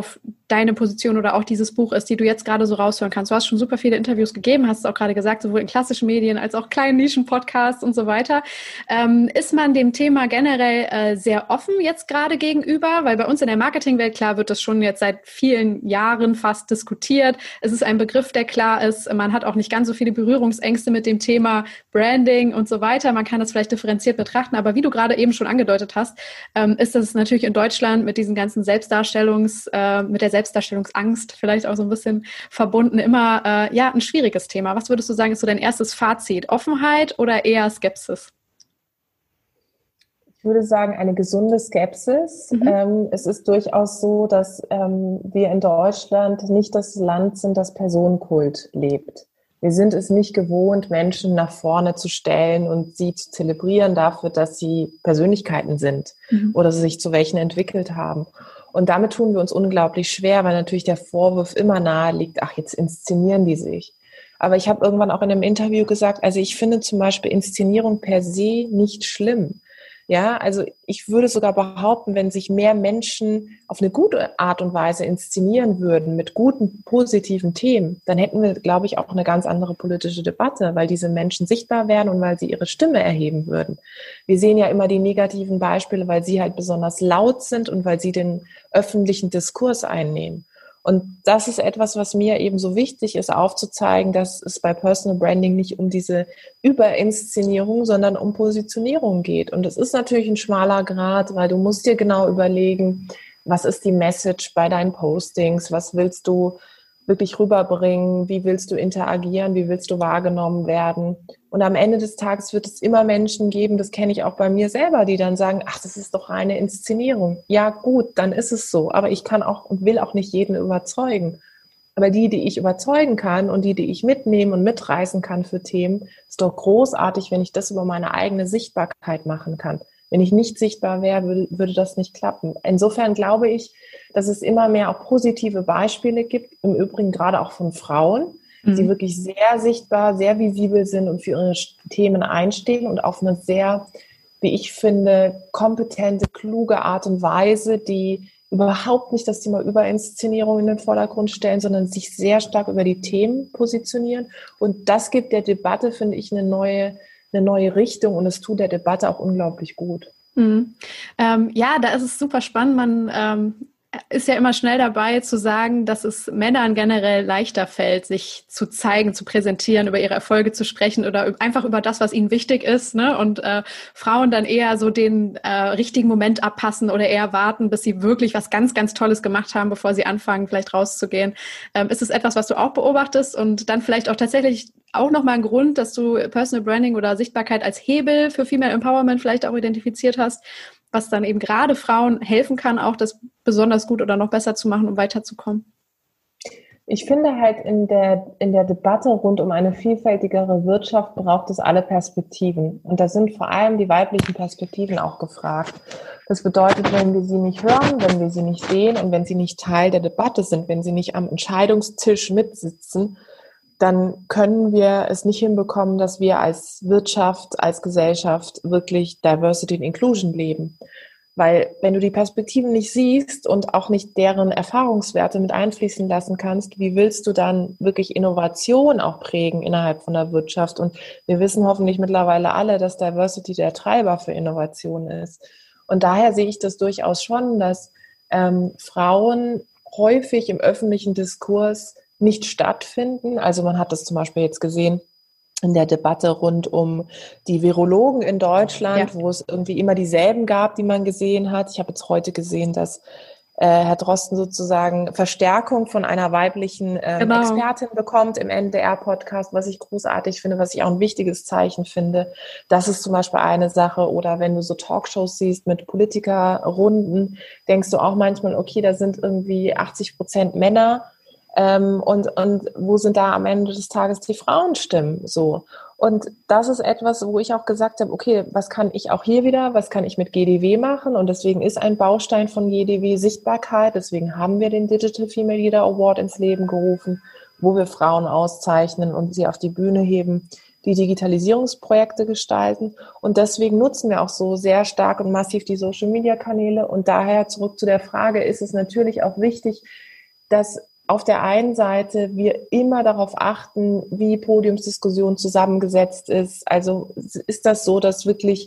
deine Position oder auch dieses Buch ist, die du jetzt gerade so raushören kannst. Du hast schon super viele Interviews gegeben, hast es auch gerade gesagt, sowohl in klassischen Medien als auch kleinen Nischen-Podcasts und so weiter. Ähm, ist man dem Thema generell äh, sehr offen jetzt gerade gegenüber? Weil bei uns in der Marketingwelt, klar, wird das schon jetzt seit vielen Jahren fast diskutiert. Es ist ein Begriff, der klar ist. Man hat auch nicht ganz so viele Berührungsängste mit dem Thema Branding und so weiter. Man kann das vielleicht differenziert betrachten. Aber wie du gerade eben schon angedeutet hast, ähm, ist das natürlich in Deutschland mit diesen ganzen Selbstdarstellungs, äh, mit der Selbstdarstellungsangst vielleicht auch so ein bisschen verbunden, immer äh, ja ein schwieriges Thema. Was würdest du sagen, ist so dein erstes Fazit? Offenheit oder eher Skepsis? Ich würde sagen, eine gesunde Skepsis. Mhm. Ähm, es ist durchaus so, dass ähm, wir in Deutschland nicht das Land sind, das Personenkult lebt. Wir sind es nicht gewohnt, Menschen nach vorne zu stellen und sie zu zelebrieren dafür, dass sie Persönlichkeiten sind mhm. oder sie sich zu welchen entwickelt haben. Und damit tun wir uns unglaublich schwer, weil natürlich der Vorwurf immer nahe liegt, ach, jetzt inszenieren die sich. Aber ich habe irgendwann auch in einem Interview gesagt, also ich finde zum Beispiel Inszenierung per se nicht schlimm. Ja, also ich würde sogar behaupten, wenn sich mehr Menschen auf eine gute Art und Weise inszenieren würden, mit guten, positiven Themen, dann hätten wir, glaube ich, auch eine ganz andere politische Debatte, weil diese Menschen sichtbar wären und weil sie ihre Stimme erheben würden. Wir sehen ja immer die negativen Beispiele, weil sie halt besonders laut sind und weil sie den öffentlichen Diskurs einnehmen. Und das ist etwas, was mir eben so wichtig ist, aufzuzeigen, dass es bei Personal Branding nicht um diese Überinszenierung, sondern um Positionierung geht. Und es ist natürlich ein schmaler Grat, weil du musst dir genau überlegen, was ist die Message bei deinen Postings, was willst du wirklich rüberbringen, wie willst du interagieren, wie willst du wahrgenommen werden. Und am Ende des Tages wird es immer Menschen geben, das kenne ich auch bei mir selber, die dann sagen, ach, das ist doch eine Inszenierung. Ja gut, dann ist es so, aber ich kann auch und will auch nicht jeden überzeugen. Aber die, die ich überzeugen kann und die, die ich mitnehmen und mitreißen kann für Themen, ist doch großartig, wenn ich das über meine eigene Sichtbarkeit machen kann. Wenn ich nicht sichtbar wäre, würde, würde das nicht klappen. Insofern glaube ich, dass es immer mehr auch positive Beispiele gibt, im Übrigen gerade auch von Frauen, mhm. die wirklich sehr sichtbar, sehr visibel sind und für ihre Themen einstehen und auf eine sehr, wie ich finde, kompetente, kluge Art und Weise, die überhaupt nicht das Thema Überinszenierung in den Vordergrund stellen, sondern sich sehr stark über die Themen positionieren. Und das gibt der Debatte, finde ich, eine neue eine neue Richtung und es tut der Debatte auch unglaublich gut. Mhm. Ähm, ja, da ist es super spannend. Man ähm, ist ja immer schnell dabei zu sagen, dass es Männern generell leichter fällt, sich zu zeigen, zu präsentieren, über ihre Erfolge zu sprechen oder einfach über das, was ihnen wichtig ist, ne? Und äh, Frauen dann eher so den äh, richtigen Moment abpassen oder eher warten, bis sie wirklich was ganz, ganz Tolles gemacht haben, bevor sie anfangen, vielleicht rauszugehen. Ähm, ist es etwas, was du auch beobachtest und dann vielleicht auch tatsächlich auch nochmal ein Grund, dass du Personal Branding oder Sichtbarkeit als Hebel für Female Empowerment vielleicht auch identifiziert hast, was dann eben gerade Frauen helfen kann, auch das besonders gut oder noch besser zu machen, um weiterzukommen? Ich finde halt in der, in der Debatte rund um eine vielfältigere Wirtschaft braucht es alle Perspektiven. Und da sind vor allem die weiblichen Perspektiven auch gefragt. Das bedeutet, wenn wir sie nicht hören, wenn wir sie nicht sehen und wenn sie nicht Teil der Debatte sind, wenn sie nicht am Entscheidungstisch mitsitzen, dann können wir es nicht hinbekommen, dass wir als Wirtschaft, als Gesellschaft wirklich Diversity and Inclusion leben. Weil wenn du die Perspektiven nicht siehst und auch nicht deren Erfahrungswerte mit einfließen lassen kannst, wie willst du dann wirklich Innovation auch prägen innerhalb von der Wirtschaft? Und wir wissen hoffentlich mittlerweile alle, dass Diversity der Treiber für Innovation ist. Und daher sehe ich das durchaus schon, dass ähm, Frauen häufig im öffentlichen Diskurs nicht stattfinden. Also man hat das zum Beispiel jetzt gesehen in der Debatte rund um die Virologen in Deutschland, ja. wo es irgendwie immer dieselben gab, die man gesehen hat. Ich habe jetzt heute gesehen, dass äh, Herr Drosten sozusagen Verstärkung von einer weiblichen ähm, genau. Expertin bekommt im N D R-Podcast, was ich großartig finde, was ich auch ein wichtiges Zeichen finde. Das ist zum Beispiel eine Sache. Oder wenn du so Talkshows siehst mit Politikerrunden, denkst du auch manchmal, okay, da sind irgendwie achtzig Prozent Männer. Ähm, und, und wo sind da am Ende des Tages die Frauenstimmen so? Und das ist etwas, wo ich auch gesagt habe, okay, was kann ich auch hier wieder, was kann ich mit G D W machen? Und deswegen ist ein Baustein von G D W Sichtbarkeit. Deswegen haben wir den Digital Female Leader Award ins Leben gerufen, wo wir Frauen auszeichnen und sie auf die Bühne heben, die Digitalisierungsprojekte gestalten. Und deswegen nutzen wir auch so sehr stark und massiv die Social-Media-Kanäle. Und daher zurück zu der Frage, ist es natürlich auch wichtig, dass auf der einen Seite wir immer darauf achten, wie Podiumsdiskussion zusammengesetzt ist. Also ist das so, dass wirklich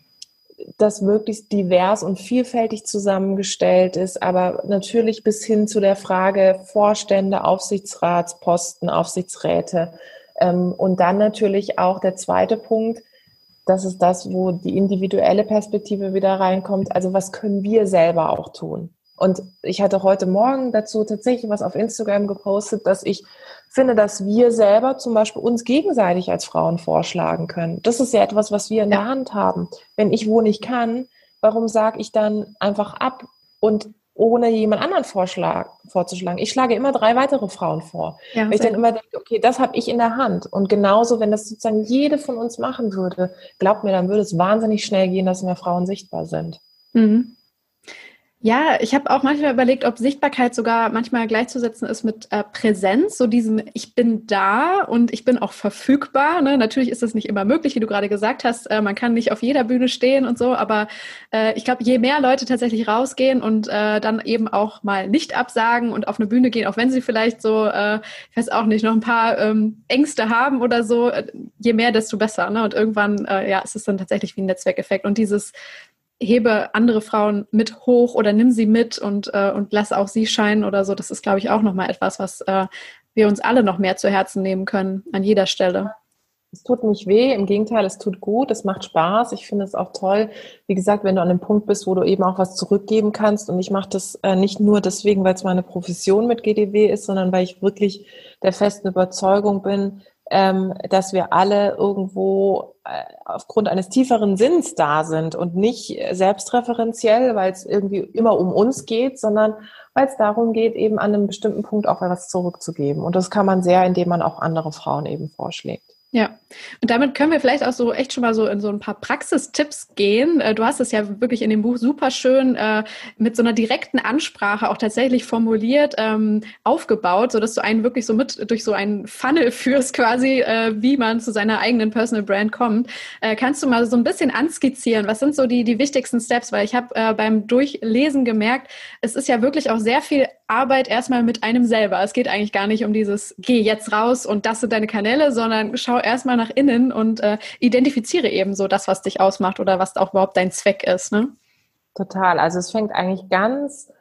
das möglichst divers und vielfältig zusammengestellt ist, aber natürlich bis hin zu der Frage Vorstände, Aufsichtsratsposten, Aufsichtsräte. Und dann natürlich auch der zweite Punkt, das ist das, wo die individuelle Perspektive wieder reinkommt. Also was können wir selber auch tun? Und ich hatte heute Morgen dazu tatsächlich was auf Instagram gepostet, dass ich finde, dass wir selber zum Beispiel uns gegenseitig als Frauen vorschlagen können. Das ist ja etwas, was wir in der Hand haben. Wenn ich wo nicht kann, warum sage ich dann einfach ab und ohne jemand anderen Vorschlag, vorzuschlagen? Ich schlage immer drei weitere Frauen vor. Ja, weil ich dann immer denke, okay, das habe ich in der Hand. Und genauso, wenn das sozusagen jede von uns machen würde, glaubt mir, dann würde es wahnsinnig schnell gehen, dass mehr Frauen sichtbar sind. Mhm. Ja, ich habe auch manchmal überlegt, ob Sichtbarkeit sogar manchmal gleichzusetzen ist mit äh, Präsenz, so diesem ich bin da und ich bin auch verfügbar. Ne? Natürlich ist das nicht immer möglich, wie du gerade gesagt hast. Äh, man kann nicht auf jeder Bühne stehen und so, aber äh, ich glaube, je mehr Leute tatsächlich rausgehen und äh, dann eben auch mal nicht absagen und auf eine Bühne gehen, auch wenn sie vielleicht so, äh, ich weiß auch nicht, noch ein paar ähm, Ängste haben oder so, äh, je mehr, desto besser. Ne? Und irgendwann, äh, ja, ist es dann tatsächlich wie ein Netzwerkeffekt. Und dieses hebe andere Frauen mit hoch oder nimm sie mit und, äh, und lass auch sie scheinen oder so. Das ist, glaube ich, auch nochmal etwas, was äh, wir uns alle noch mehr zu Herzen nehmen können, an jeder Stelle. Es tut nicht weh, im Gegenteil, es tut gut, es macht Spaß. Ich finde es auch toll, wie gesagt, wenn du an dem Punkt bist, wo du eben auch was zurückgeben kannst. Und ich mache das äh, nicht nur deswegen, weil es meine Profession mit G D W ist, sondern weil ich wirklich der festen Überzeugung bin, ähm, dass wir alle irgendwo äh, aufgrund eines tieferen Sinns da sind und nicht selbstreferenziell, weil es irgendwie immer um uns geht, sondern weil es darum geht, eben an einem bestimmten Punkt auch etwas zurückzugeben. Und das kann man sehr, indem man auch andere Frauen eben vorschlägt. Ja, und damit können wir vielleicht auch so echt schon mal so in so ein paar Praxistipps gehen. Du hast es ja wirklich in dem Buch super schön äh, mit so einer direkten Ansprache auch tatsächlich formuliert, ähm, aufgebaut, sodass du einen wirklich so mit durch so einen Funnel führst quasi, äh, wie man zu seiner eigenen Personal Brand kommt. Äh, kannst du mal so ein bisschen anskizzieren, was sind so die, die wichtigsten Steps? Weil ich habe äh, beim Durchlesen gemerkt, es ist ja wirklich auch sehr viel Arbeit erstmal mit einem selber. Es geht eigentlich gar nicht um dieses, geh jetzt raus und das sind deine Kanäle, sondern schau erstmal nach innen und äh, identifiziere eben so das, was dich ausmacht oder was auch überhaupt dein Zweck ist. Ne? Total. Also es fängt eigentlich ganz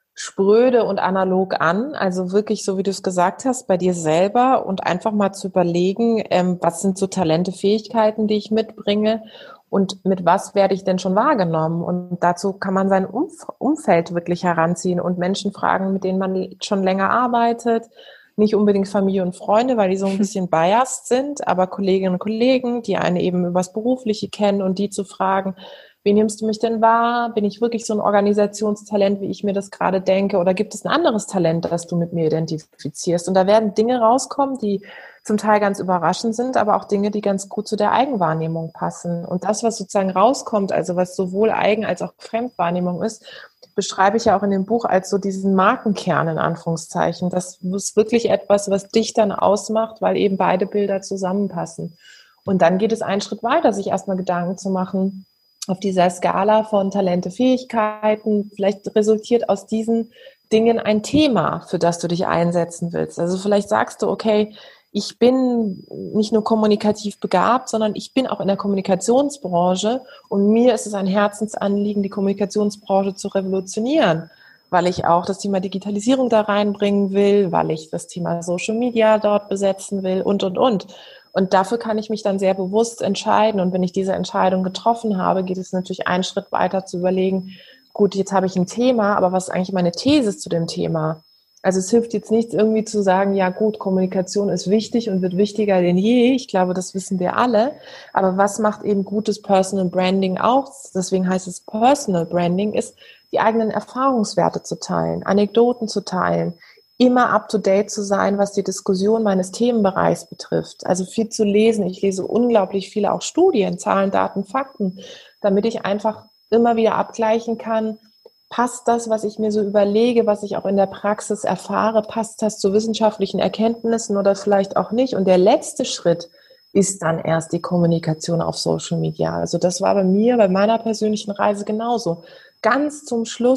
spröde und analog an. Also wirklich, so wie du es gesagt hast, bei dir selber und einfach mal zu überlegen, ähm, was sind so Talente, Fähigkeiten, die ich mitbringe und mit was werde ich denn schon wahrgenommen? Und dazu kann man sein Umf- Umfeld wirklich heranziehen und Menschen fragen, mit denen man schon länger arbeitet. Nicht unbedingt Familie und Freunde, weil die so ein bisschen biased sind, aber Kolleginnen und Kollegen, die einen eben übers Berufliche kennen und die zu fragen, wie nimmst du mich denn wahr? Bin ich wirklich so ein Organisationstalent, wie ich mir das gerade denke? Oder gibt es ein anderes Talent, das du mit mir identifizierst? Und da werden Dinge rauskommen, die zum Teil ganz überraschend sind, aber auch Dinge, die ganz gut zu der Eigenwahrnehmung passen. Und das, was sozusagen rauskommt, also was sowohl Eigen- als auch Fremdwahrnehmung ist, beschreibe ich ja auch in dem Buch als so diesen Markenkern in Anführungszeichen. Das ist wirklich etwas, was dich dann ausmacht, weil eben beide Bilder zusammenpassen. Und dann geht es einen Schritt weiter, sich erstmal Gedanken zu machen, auf dieser Skala von Talente, Fähigkeiten, vielleicht resultiert aus diesen Dingen ein Thema, für das du dich einsetzen willst. Also vielleicht sagst du, okay, ich bin nicht nur kommunikativ begabt, sondern ich bin auch in der Kommunikationsbranche und mir ist es ein Herzensanliegen, die Kommunikationsbranche zu revolutionieren, weil ich auch das Thema Digitalisierung da reinbringen will, weil ich das Thema Social Media dort besetzen will und, und, und. Und dafür kann ich mich dann sehr bewusst entscheiden. Und wenn ich diese Entscheidung getroffen habe, geht es natürlich einen Schritt weiter zu überlegen, gut, jetzt habe ich ein Thema, aber was ist eigentlich meine These zu dem Thema? Also es hilft jetzt nichts irgendwie zu sagen, ja gut, Kommunikation ist wichtig und wird wichtiger denn je. Ich glaube, das wissen wir alle. Aber was macht eben gutes Personal Branding aus? Deswegen heißt es Personal Branding, ist die eigenen Erfahrungswerte zu teilen, Anekdoten zu teilen, immer up-to-date zu sein, was die Diskussion meines Themenbereichs betrifft. Also viel zu lesen. Ich lese unglaublich viele auch Studien, Zahlen, Daten, Fakten, damit ich einfach immer wieder abgleichen kann, passt das, was ich mir so überlege, was ich auch in der Praxis erfahre, passt das zu wissenschaftlichen Erkenntnissen oder vielleicht auch nicht. Und der letzte Schritt ist dann erst die Kommunikation auf Social Media. Also das war bei mir, bei meiner persönlichen Reise genauso. Ganz zum Schluss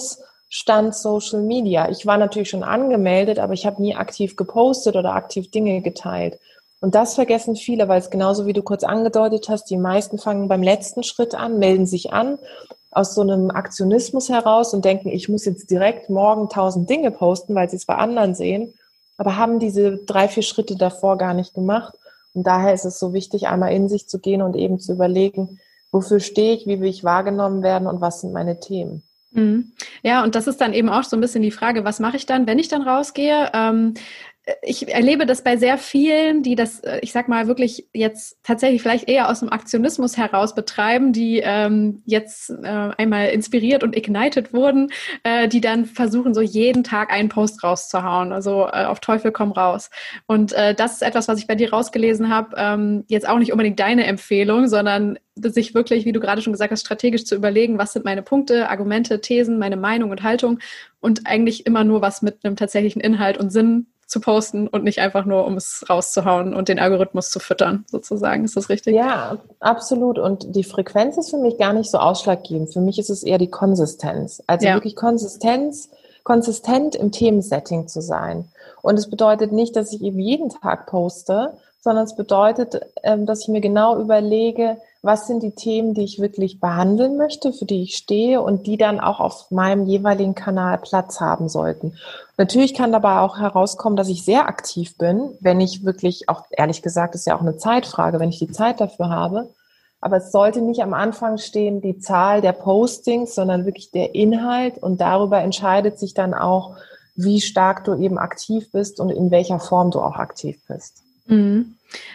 stand Social Media. Ich war natürlich schon angemeldet, aber ich habe nie aktiv gepostet oder aktiv Dinge geteilt. Und das vergessen viele, weil es genauso wie du kurz angedeutet hast, die meisten fangen beim letzten Schritt an, melden sich an aus so einem Aktionismus heraus und denken, ich muss jetzt direkt morgen tausend Dinge posten, weil sie es bei anderen sehen, aber haben diese drei, vier Schritte davor gar nicht gemacht. Und daher ist es so wichtig, einmal in sich zu gehen und eben zu überlegen, wofür stehe ich, wie will ich wahrgenommen werden und was sind meine Themen. Mhm. Ja, und das ist dann eben auch so ein bisschen die Frage, was mache ich dann, wenn ich dann rausgehe? Ähm, ich erlebe das bei sehr vielen, die das, ich sag mal, wirklich jetzt tatsächlich vielleicht eher aus dem Aktionismus heraus betreiben, die ähm, jetzt äh, einmal inspiriert und ignited wurden, äh, die dann versuchen, so jeden Tag einen Post rauszuhauen, also äh, auf Teufel komm raus. Und äh, das ist etwas, was ich bei dir rausgelesen habe, ähm, jetzt auch nicht unbedingt deine Empfehlung, sondern sich wirklich, wie du gerade schon gesagt hast, strategisch zu überlegen, was sind meine Punkte, Argumente, Thesen, meine Meinung und Haltung und eigentlich immer nur was mit einem tatsächlichen Inhalt und Sinn zu posten und nicht einfach nur, um es rauszuhauen und den Algorithmus zu füttern, sozusagen. Ist das richtig? Ja, absolut. Und die Frequenz ist für mich gar nicht so ausschlaggebend. Für mich ist es eher die Konsistenz. Also ja. wirklich Konsistenz, konsistent im Themensetting zu sein. Und es bedeutet nicht, dass ich eben jeden Tag poste, sondern es bedeutet, dass ich mir genau überlege, was sind die Themen, die ich wirklich behandeln möchte, für die ich stehe und die dann auch auf meinem jeweiligen Kanal Platz haben sollten. Natürlich kann dabei auch herauskommen, dass ich sehr aktiv bin, wenn ich wirklich, auch ehrlich gesagt, ist ja auch eine Zeitfrage, wenn ich die Zeit dafür habe. Aber es sollte nicht am Anfang stehen, die Zahl der Postings, sondern wirklich der Inhalt und darüber entscheidet sich dann auch, wie stark du eben aktiv bist und in welcher Form du auch aktiv bist. Mhm.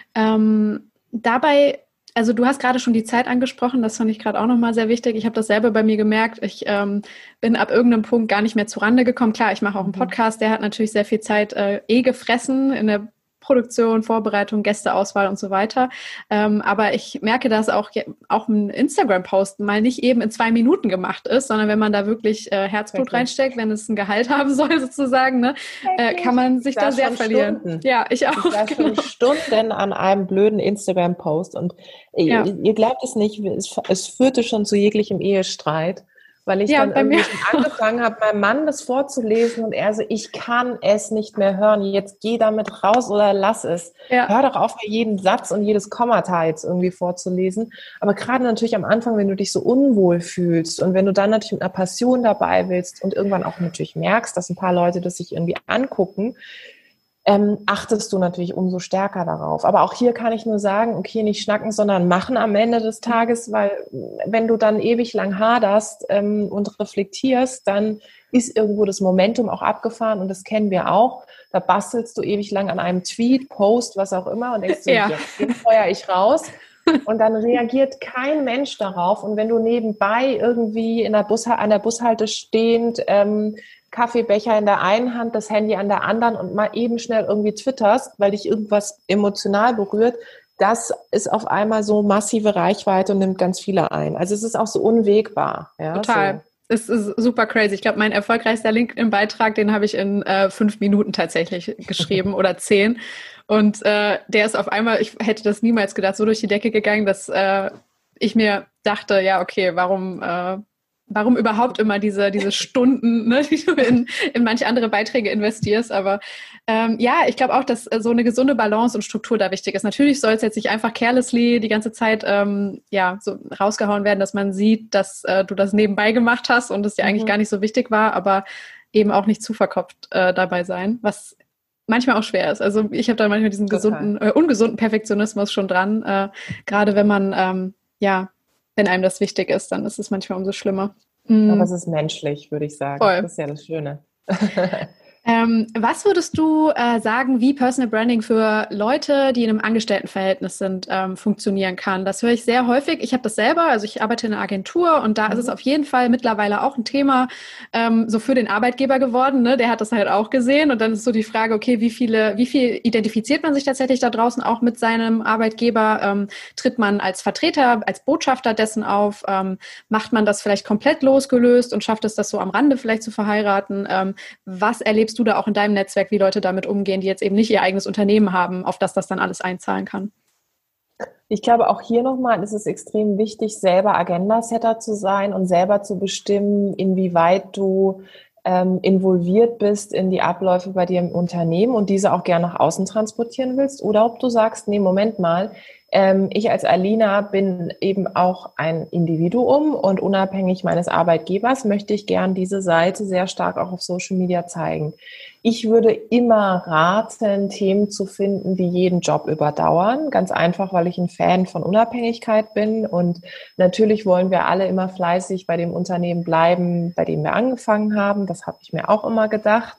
Ähm, dabei Also du hast gerade schon die Zeit angesprochen, das fand ich gerade auch nochmal sehr wichtig. Ich habe das selber bei mir gemerkt, ich ähm, bin ab irgendeinem Punkt gar nicht mehr zurande gekommen. Klar, ich mache auch einen Podcast, der hat natürlich sehr viel Zeit äh, eh gefressen in der Produktion, Vorbereitung, Gästeauswahl und so weiter. Ähm, aber ich merke, dass auch, auch ein Instagram-Post mal nicht eben in zwei Minuten gemacht ist, sondern wenn man da wirklich äh, Herzblut wirklich reinsteckt, wenn es ein Gehalt haben soll sozusagen, ne, äh, kann man sich da sehr verlieren. Stunden. Ja, ich auch. Ich war genau. schon Stunden an einem blöden Instagram-Post und ja. ihr, ihr glaubt es nicht, es, es führte schon zu jeglichem Ehestreit. Weil ich ja, dann irgendwie schon angefangen habe, meinem Mann das vorzulesen und er so, ich kann es nicht mehr hören, jetzt geh damit raus oder lass es. Ja. Hör doch auf, mir jeden Satz und jedes Kommata jetzt irgendwie vorzulesen. Aber gerade natürlich am Anfang, wenn du dich so unwohl fühlst und wenn du dann natürlich mit einer Passion dabei willst und irgendwann auch natürlich merkst, dass ein paar Leute das sich irgendwie angucken, Ähm, achtest du natürlich umso stärker darauf. Aber auch hier kann ich nur sagen, okay, nicht schnacken, sondern machen am Ende des Tages, weil wenn du dann ewig lang haderst ähm, und reflektierst, dann ist irgendwo das Momentum auch abgefahren und das kennen wir auch. Da bastelst du ewig lang an einem Tweet, Post, was auch immer und denkst du, ja. jetzt den feuer ich raus. Und dann reagiert kein Mensch darauf. Und wenn du nebenbei irgendwie in der Bus, an der Bushalte stehend ähm, Kaffeebecher in der einen Hand, das Handy an der anderen und mal eben schnell irgendwie twitterst, weil dich irgendwas emotional berührt, das ist auf einmal so massive Reichweite und nimmt ganz viele ein. Also es ist auch so unwägbar. Ja, total. So. Es ist super crazy. Ich glaube, mein erfolgreichster LinkedIn-Beitrag, den habe ich in äh, fünf Minuten tatsächlich geschrieben oder zehn. Und äh, der ist auf einmal, ich hätte das niemals gedacht, so durch die Decke gegangen, dass äh, ich mir dachte, ja, okay, warum... Äh, Warum überhaupt immer diese diese Stunden, ne, die du in, in manche andere Beiträge investierst. Aber ähm, ja, ich glaube auch, dass äh, so eine gesunde Balance und Struktur da wichtig ist. Natürlich soll es jetzt nicht einfach carelessly die ganze Zeit ähm, ja so rausgehauen werden, dass man sieht, dass äh, du das nebenbei gemacht hast und es dir mhm. eigentlich gar nicht so wichtig war, aber eben auch nicht zu verkopft äh, dabei sein, was manchmal auch schwer ist. Also ich habe da manchmal diesen Total. gesunden, äh, ungesunden Perfektionismus schon dran, äh, gerade wenn man ähm, ja wenn einem das wichtig ist, dann ist es manchmal umso schlimmer. Mhm. Aber es ist menschlich, würde ich sagen. Voll. Das ist ja das Schöne. Ähm, was würdest du äh, sagen, wie Personal Branding für Leute, die in einem Angestelltenverhältnis sind, ähm, funktionieren kann? Das höre ich sehr häufig. Ich habe das selber, also ich arbeite in einer Agentur und da mhm. ist es auf jeden Fall mittlerweile auch ein Thema ähm, so für den Arbeitgeber geworden. Ne? Der hat das halt auch gesehen und dann ist so die Frage, okay, wie viele, wie viel identifiziert man sich tatsächlich da draußen auch mit seinem Arbeitgeber? Ähm, tritt man als Vertreter, als Botschafter dessen auf? Ähm, macht man das vielleicht komplett losgelöst und schafft es, das so am Rande vielleicht zu verheiraten? Ähm, was erlebst du da auch in deinem Netzwerk, wie Leute damit umgehen, die jetzt eben nicht ihr eigenes Unternehmen haben, auf das das dann alles einzahlen kann? Ich glaube, auch hier nochmal ist es extrem wichtig, selber Agenda-Setter zu sein und selber zu bestimmen, inwieweit du ähm, involviert bist in die Abläufe bei dir im Unternehmen und diese auch gerne nach außen transportieren willst. Oder ob du sagst, nee, Moment mal, ähm, ich als Alina bin eben auch ein Individuum und unabhängig meines Arbeitgebers möchte ich gern diese Seite sehr stark auch auf Social Media zeigen. Ich würde immer raten, Themen zu finden, die jeden Job überdauern. Ganz einfach, weil ich ein Fan von Unabhängigkeit bin. Und natürlich wollen wir alle immer fleißig bei dem Unternehmen bleiben, bei dem wir angefangen haben. Das habe ich mir auch immer gedacht.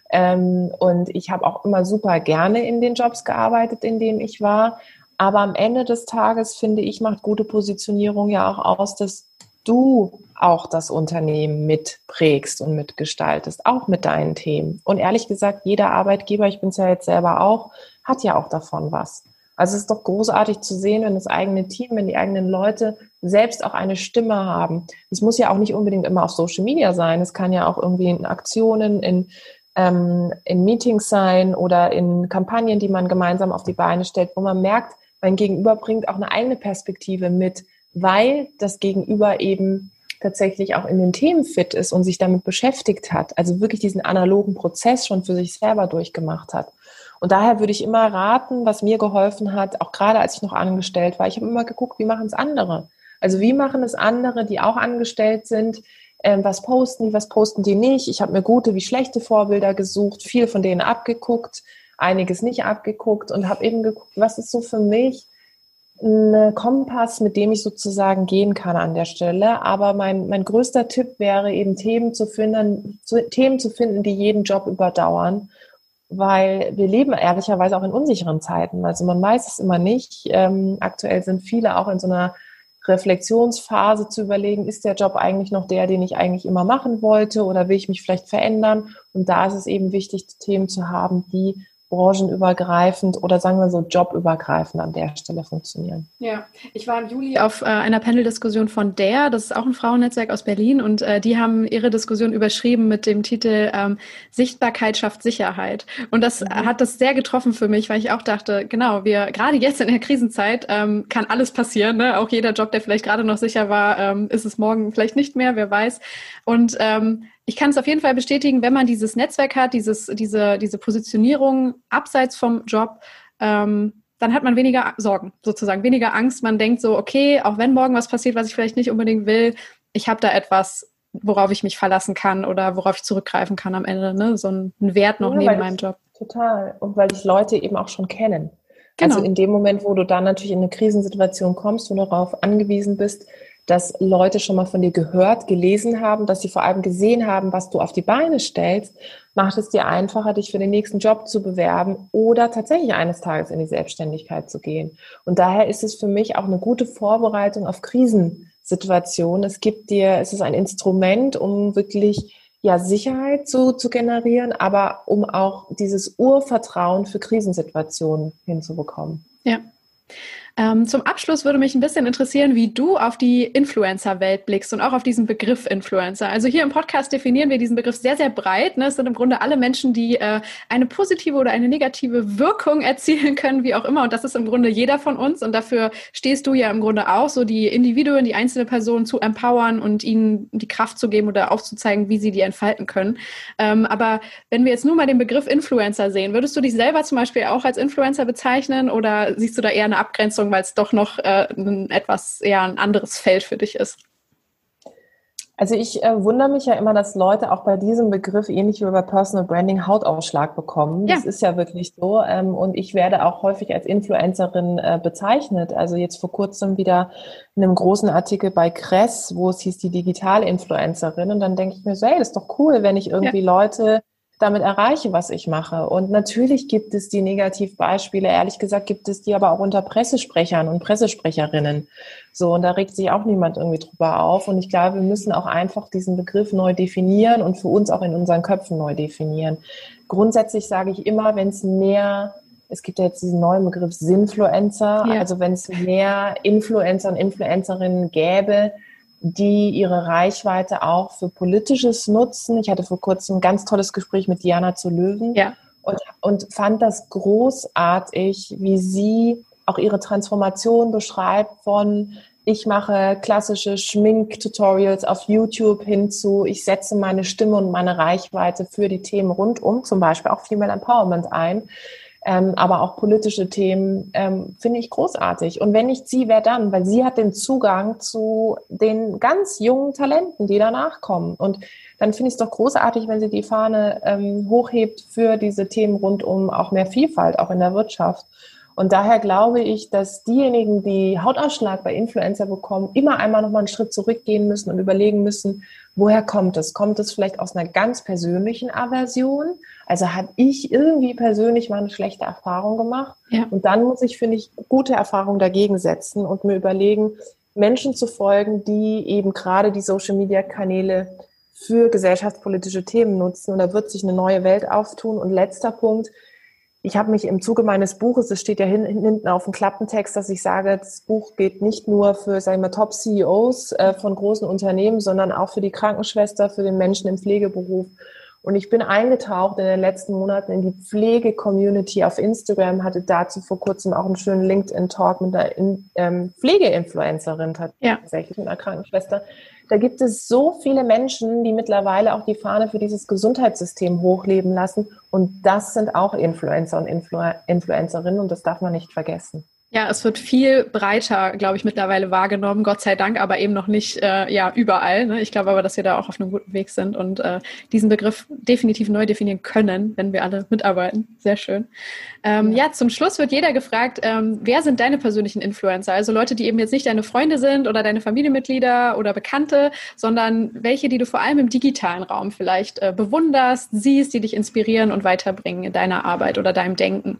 Und ich habe auch immer super gerne in den Jobs gearbeitet, in denen ich war. Aber am Ende des Tages, finde ich, macht gute Positionierung ja auch aus, dass du auch das Unternehmen mitprägst und mitgestaltest, auch mit deinen Themen. Und ehrlich gesagt, jeder Arbeitgeber, ich bin es ja jetzt selber auch, hat ja auch davon was. Also es ist doch großartig zu sehen, wenn das eigene Team, wenn die eigenen Leute selbst auch eine Stimme haben. Es muss ja auch nicht unbedingt immer auf Social Media sein. Es kann ja auch irgendwie in Aktionen, in, ähm, in Meetings sein oder in Kampagnen, die man gemeinsam auf die Beine stellt, wo man merkt, mein Gegenüber bringt auch eine eigene Perspektive mit, weil das Gegenüber eben tatsächlich auch in den Themen fit ist und sich damit beschäftigt hat, also wirklich diesen analogen Prozess schon für sich selber durchgemacht hat. Und daher würde ich immer raten, was mir geholfen hat, auch gerade als ich noch angestellt war, ich habe immer geguckt, wie machen es andere? Also wie machen es andere, die auch angestellt sind? Ähm, was posten die, was posten die nicht? Ich habe mir gute wie schlechte Vorbilder gesucht, viel von denen abgeguckt, einiges nicht abgeguckt und habe eben geguckt, was ist so für mich ein Kompass, mit dem ich sozusagen gehen kann an der Stelle. Aber mein, mein größter Tipp wäre eben Themen zu finden, zu, Themen zu finden, die jeden Job überdauern, weil wir leben ehrlicherweise auch in unsicheren Zeiten. Also man weiß es immer nicht. Ähm, aktuell sind viele auch in so einer Reflexionsphase zu überlegen, ist der Job eigentlich noch der, den ich eigentlich immer machen wollte oder will ich mich vielleicht verändern? Und da ist es eben wichtig, Themen zu haben, die branchenübergreifend oder sagen wir so jobübergreifend an der Stelle funktionieren. Ja, ich war im Juli auf äh, einer Panel-Diskussion von D A R, das ist auch ein Frauennetzwerk aus Berlin und äh, die haben ihre Diskussion überschrieben mit dem Titel ähm, Sichtbarkeit schafft Sicherheit. Und das mhm. hat das sehr getroffen für mich, weil ich auch dachte, genau, wir gerade jetzt in der Krisenzeit ähm, kann alles passieren, ne? Auch jeder Job, der vielleicht gerade noch sicher war, ähm, ist es morgen vielleicht nicht mehr, wer weiß. Und ähm, ich kann es auf jeden Fall bestätigen, wenn man dieses Netzwerk hat, dieses, diese, diese Positionierung abseits vom Job, ähm, dann hat man weniger Sorgen, sozusagen, weniger Angst. Man denkt so, okay, auch wenn morgen was passiert, was ich vielleicht nicht unbedingt will, ich habe da etwas, worauf ich mich verlassen kann oder worauf ich zurückgreifen kann am Ende, ne? So ein Wert noch ja, neben meinem Job. Total. Und weil dich Leute eben auch schon kennen. Genau. Also in dem Moment, wo du dann natürlich in eine Krisensituation kommst und darauf angewiesen bist, dass Leute schon mal von dir gehört, gelesen haben, dass sie vor allem gesehen haben, was du auf die Beine stellst, macht es dir einfacher, dich für den nächsten Job zu bewerben oder tatsächlich eines Tages in die Selbstständigkeit zu gehen. Und daher ist es für mich auch eine gute Vorbereitung auf Krisensituationen. Es gibt dir, es ist ein Instrument, um wirklich ja Sicherheit zu, zu generieren, aber um auch dieses Urvertrauen für Krisensituationen hinzubekommen. Ja. Ähm, zum Abschluss würde mich ein bisschen interessieren, wie du auf die Influencer-Welt blickst und auch auf diesen Begriff Influencer. Also hier im Podcast definieren wir diesen Begriff sehr, sehr breit. Ne? Es sind im Grunde alle Menschen, die äh, eine positive oder eine negative Wirkung erzielen können, wie auch immer. Und das ist im Grunde jeder von uns. Und dafür stehst du ja im Grunde auch, so die Individuen, die einzelne Personen zu empowern und ihnen die Kraft zu geben oder aufzuzeigen, wie sie die entfalten können. Ähm, aber wenn wir jetzt nur mal den Begriff Influencer sehen, würdest du dich selber zum Beispiel auch als Influencer bezeichnen oder siehst du da eher eine Abgrenzung, weil es doch noch äh, ein etwas eher ein anderes Feld für dich ist? Also ich äh, wundere mich ja immer, dass Leute auch bei diesem Begriff, ähnlich wie bei Personal Branding, Hautausschlag bekommen. Ja. Das ist ja wirklich so. Ähm, und ich werde auch häufig als Influencerin äh, bezeichnet. Also jetzt vor kurzem wieder in einem großen Artikel bei Kress, wo es hieß, die digitale Influencerin. Und dann denke ich mir so, hey, das ist doch cool, wenn ich irgendwie ja. Leute damit erreiche, was ich mache. Und natürlich gibt es die Negativbeispiele, ehrlich gesagt gibt es die aber auch unter Pressesprechern und Pressesprecherinnen. So, und da regt sich auch niemand irgendwie drüber auf. Und ich glaube, wir müssen auch einfach diesen Begriff neu definieren und für uns auch in unseren Köpfen neu definieren. Grundsätzlich sage ich immer, wenn es mehr, es gibt ja jetzt diesen neuen Begriff Sinfluencer, ja. also wenn es mehr Influencer und Influencerinnen gäbe, die ihre Reichweite auch für Politisches nutzen. Ich hatte vor kurzem ein ganz tolles Gespräch mit Diana zu Löwen ja. und, und fand das großartig, wie sie auch ihre Transformation beschreibt von ich mache klassische Schmink-Tutorials auf YouTube hinzu, ich setze meine Stimme und meine Reichweite für die Themen rund um, zum Beispiel auch Female Empowerment ein, ähm, aber auch politische Themen, ähm, finde ich großartig. Und wenn nicht sie, wer dann? Weil sie hat den Zugang zu den ganz jungen Talenten, die danach kommen. Und dann finde ich es doch großartig, wenn sie die Fahne ähm, hochhebt für diese Themen rund um auch mehr Vielfalt, auch in der Wirtschaft. Und daher glaube ich, dass diejenigen, die Hautausschlag bei Influencer bekommen, immer einmal nochmal einen Schritt zurückgehen müssen und überlegen müssen, woher kommt es? Kommt es vielleicht aus einer ganz persönlichen Aversion? Also habe ich irgendwie persönlich mal eine schlechte Erfahrung gemacht? Ja. Und dann muss ich, finde ich, gute Erfahrungen dagegen setzen und mir überlegen, Menschen zu folgen, die eben gerade die Social-Media-Kanäle für gesellschaftspolitische Themen nutzen. Und da wird sich eine neue Welt auftun. Und letzter Punkt, ich habe mich im Zuge meines Buches, es steht ja hinten auf dem Klappentext, dass ich sage, das Buch geht nicht nur für, sagen wir, Top-C E Os äh, von großen Unternehmen, sondern auch für die Krankenschwester, für den Menschen im Pflegeberuf. Und ich bin eingetaucht in den letzten Monaten in die Pflege-Community auf Instagram, hatte dazu vor kurzem auch einen schönen LinkedIn-Talk mit einer in, ähm, Pflege-Influencerin tatsächlich, ja. mit einer Krankenschwester. Da gibt es so viele Menschen, die mittlerweile auch die Fahne für dieses Gesundheitssystem hochleben lassen. Und das sind auch Influencer und Influ- Influencerinnen und das darf man nicht vergessen. Ja, es wird viel breiter, glaube ich, mittlerweile wahrgenommen, Gott sei Dank, aber eben noch nicht äh, ja überall. Ne? Ich glaube aber, dass wir da auch auf einem guten Weg sind und äh, diesen Begriff definitiv neu definieren können, wenn wir alle mitarbeiten. Sehr schön. Ähm, ja. ja, zum Schluss wird jeder gefragt, ähm, wer sind deine persönlichen Influencer? Also Leute, die eben jetzt nicht deine Freunde sind oder deine Familienmitglieder oder Bekannte, sondern welche, die du vor allem im digitalen Raum vielleicht äh, bewunderst, siehst, die dich inspirieren und weiterbringen in deiner Arbeit oder deinem Denken.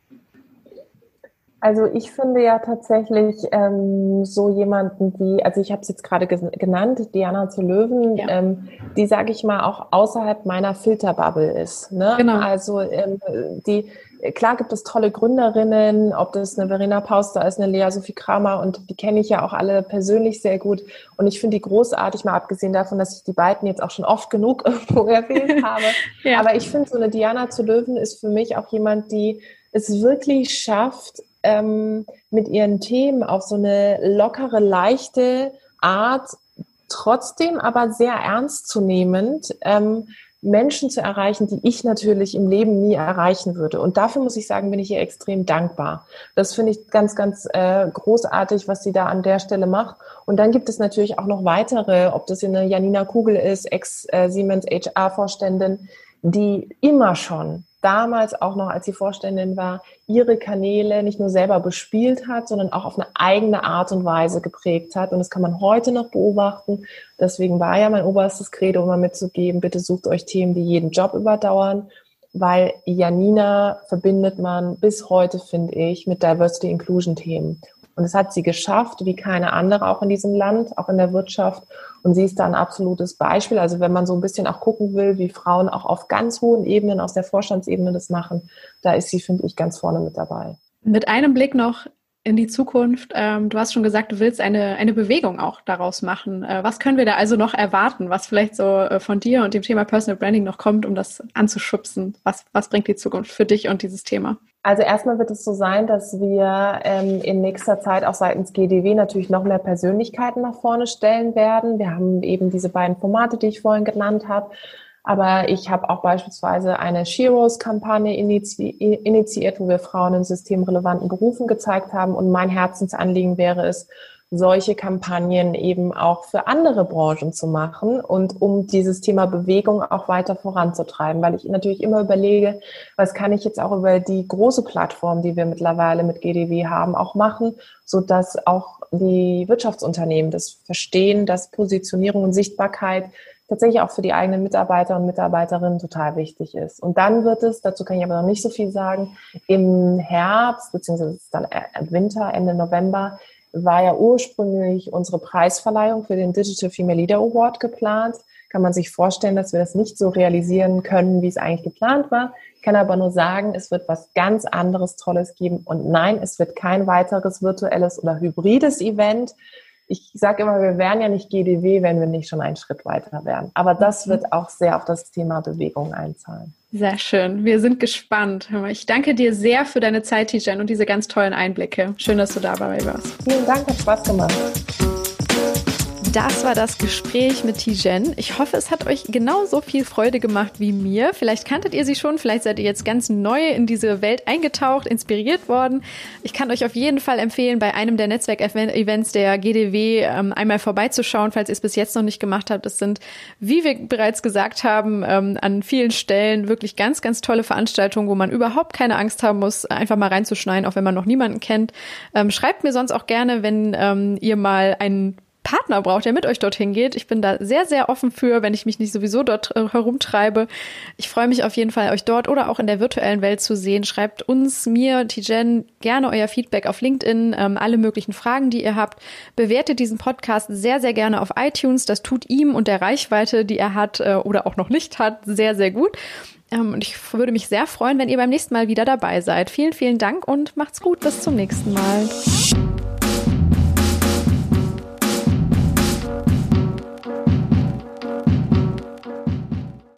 Also ich finde ja tatsächlich ähm, so jemanden wie, also ich habe es jetzt gerade ges- genannt, Diana zu Löwen, ja. ähm, die, sage ich mal, auch außerhalb meiner Filterbubble ist. Ne? Genau. Also ähm, die, klar gibt es tolle Gründerinnen, ob das eine Verena Pauster ist, eine Lea Sophie Kramer und die kenne ich ja auch alle persönlich sehr gut und ich finde die großartig, mal abgesehen davon, dass ich die beiden jetzt auch schon oft genug irgendwo erwähnt habe. Ja. Aber ich finde, so eine Diana zu Löwen ist für mich auch jemand, die es wirklich schafft, Ähm, mit ihren Themen auf so eine lockere, leichte Art, trotzdem aber sehr ernstzunehmend, ähm, Menschen zu erreichen, die ich natürlich im Leben nie erreichen würde. Und dafür muss ich sagen, bin ich ihr extrem dankbar. Das finde ich ganz, ganz äh, großartig, was sie da an der Stelle macht. Und dann gibt es natürlich auch noch weitere, ob das eine Janina Kugel ist, Ex-Siemens H R-Vorständin, die immer schon damals auch noch, als sie Vorständin war, ihre Kanäle nicht nur selber bespielt hat, sondern auch auf eine eigene Art und Weise geprägt hat. Und das kann man heute noch beobachten. Deswegen war ja mein oberstes Credo immer mitzugeben, bitte sucht euch Themen, die jeden Job überdauern, weil Janina verbindet man bis heute, finde ich, mit Diversity-Inclusion-Themen. Und das hat sie geschafft, wie keine andere auch in diesem Land, auch in der Wirtschaft. Und sie ist da ein absolutes Beispiel. Also wenn man so ein bisschen auch gucken will, wie Frauen auch auf ganz hohen Ebenen, aus der Vorstandsebene das machen, da ist sie, finde ich, ganz vorne mit dabei. Mit einem Blick noch in die Zukunft. Ähm, du hast schon gesagt, du willst eine, eine Bewegung auch daraus machen. Äh, was können wir da also noch erwarten, was vielleicht so äh, von dir und dem Thema Personal Branding noch kommt, um das anzuschubsen? Was, was bringt die Zukunft für dich und dieses Thema? Also erstmal wird es so sein, dass wir ähm, in nächster Zeit auch seitens G D W natürlich noch mehr Persönlichkeiten nach vorne stellen werden. Wir haben eben diese beiden Formate, die ich vorhin genannt habe. Aber ich habe auch beispielsweise eine Sheroes-Kampagne initi- initiiert, wo wir Frauen in systemrelevanten Berufen gezeigt haben. Und mein Herzensanliegen wäre es, solche Kampagnen eben auch für andere Branchen zu machen und um dieses Thema Bewegung auch weiter voranzutreiben, weil ich natürlich immer überlege, was kann ich jetzt auch über die große Plattform, die wir mittlerweile mit G D W haben, auch machen, so dass auch die Wirtschaftsunternehmen das verstehen, dass Positionierung und Sichtbarkeit tatsächlich auch für die eigenen Mitarbeiter und Mitarbeiterinnen total wichtig ist. Und dann wird es, dazu kann ich aber noch nicht so viel sagen, im Herbst, beziehungsweise dann im Winter, Ende November, war ja ursprünglich unsere Preisverleihung für den Digital Female Leader Award geplant. Kann man sich vorstellen, dass wir das nicht so realisieren können, wie es eigentlich geplant war. Ich kann aber nur sagen, es wird was ganz anderes Tolles geben. Und nein, es wird kein weiteres virtuelles oder hybrides Event. ich sage immer, wir wären ja nicht G D W, wenn wir nicht schon einen Schritt weiter wären. Aber das wird auch sehr auf das Thema Bewegung einzahlen. Sehr schön. Wir sind gespannt. Ich danke dir sehr für deine Zeit, Tijen, und diese ganz tollen Einblicke. Schön, dass du dabei warst. Vielen Dank, hat Spaß gemacht. Das war das Gespräch mit Tijen. Ich hoffe, es hat euch genauso viel Freude gemacht wie mir. Vielleicht kanntet ihr sie schon, vielleicht seid ihr jetzt ganz neu in diese Welt eingetaucht, inspiriert worden. Ich kann euch auf jeden Fall empfehlen, bei einem der Netzwerkevents der G D W ähm, einmal vorbeizuschauen, falls ihr es bis jetzt noch nicht gemacht habt. Es sind, wie wir bereits gesagt haben, ähm, an vielen Stellen wirklich ganz, ganz tolle Veranstaltungen, wo man überhaupt keine Angst haben muss, einfach mal reinzuschneiden, auch wenn man noch niemanden kennt. Ähm, schreibt mir sonst auch gerne, wenn ähm, ihr mal einen Partner braucht, der mit euch dorthin geht. Ich bin da sehr, sehr offen für, wenn ich mich nicht sowieso dort äh, herumtreibe. Ich freue mich auf jeden Fall, euch dort oder auch in der virtuellen Welt zu sehen. Schreibt uns, mir, Tijen, gerne euer Feedback auf LinkedIn, ähm, alle möglichen Fragen, die ihr habt. Bewertet diesen Podcast sehr, sehr gerne auf iTunes. Das tut ihm und der Reichweite, die er hat äh, oder auch noch nicht hat, sehr, sehr gut. Ähm, und ich würde mich sehr freuen, wenn ihr beim nächsten Mal wieder dabei seid. Vielen, vielen Dank und macht's gut. Bis zum nächsten Mal.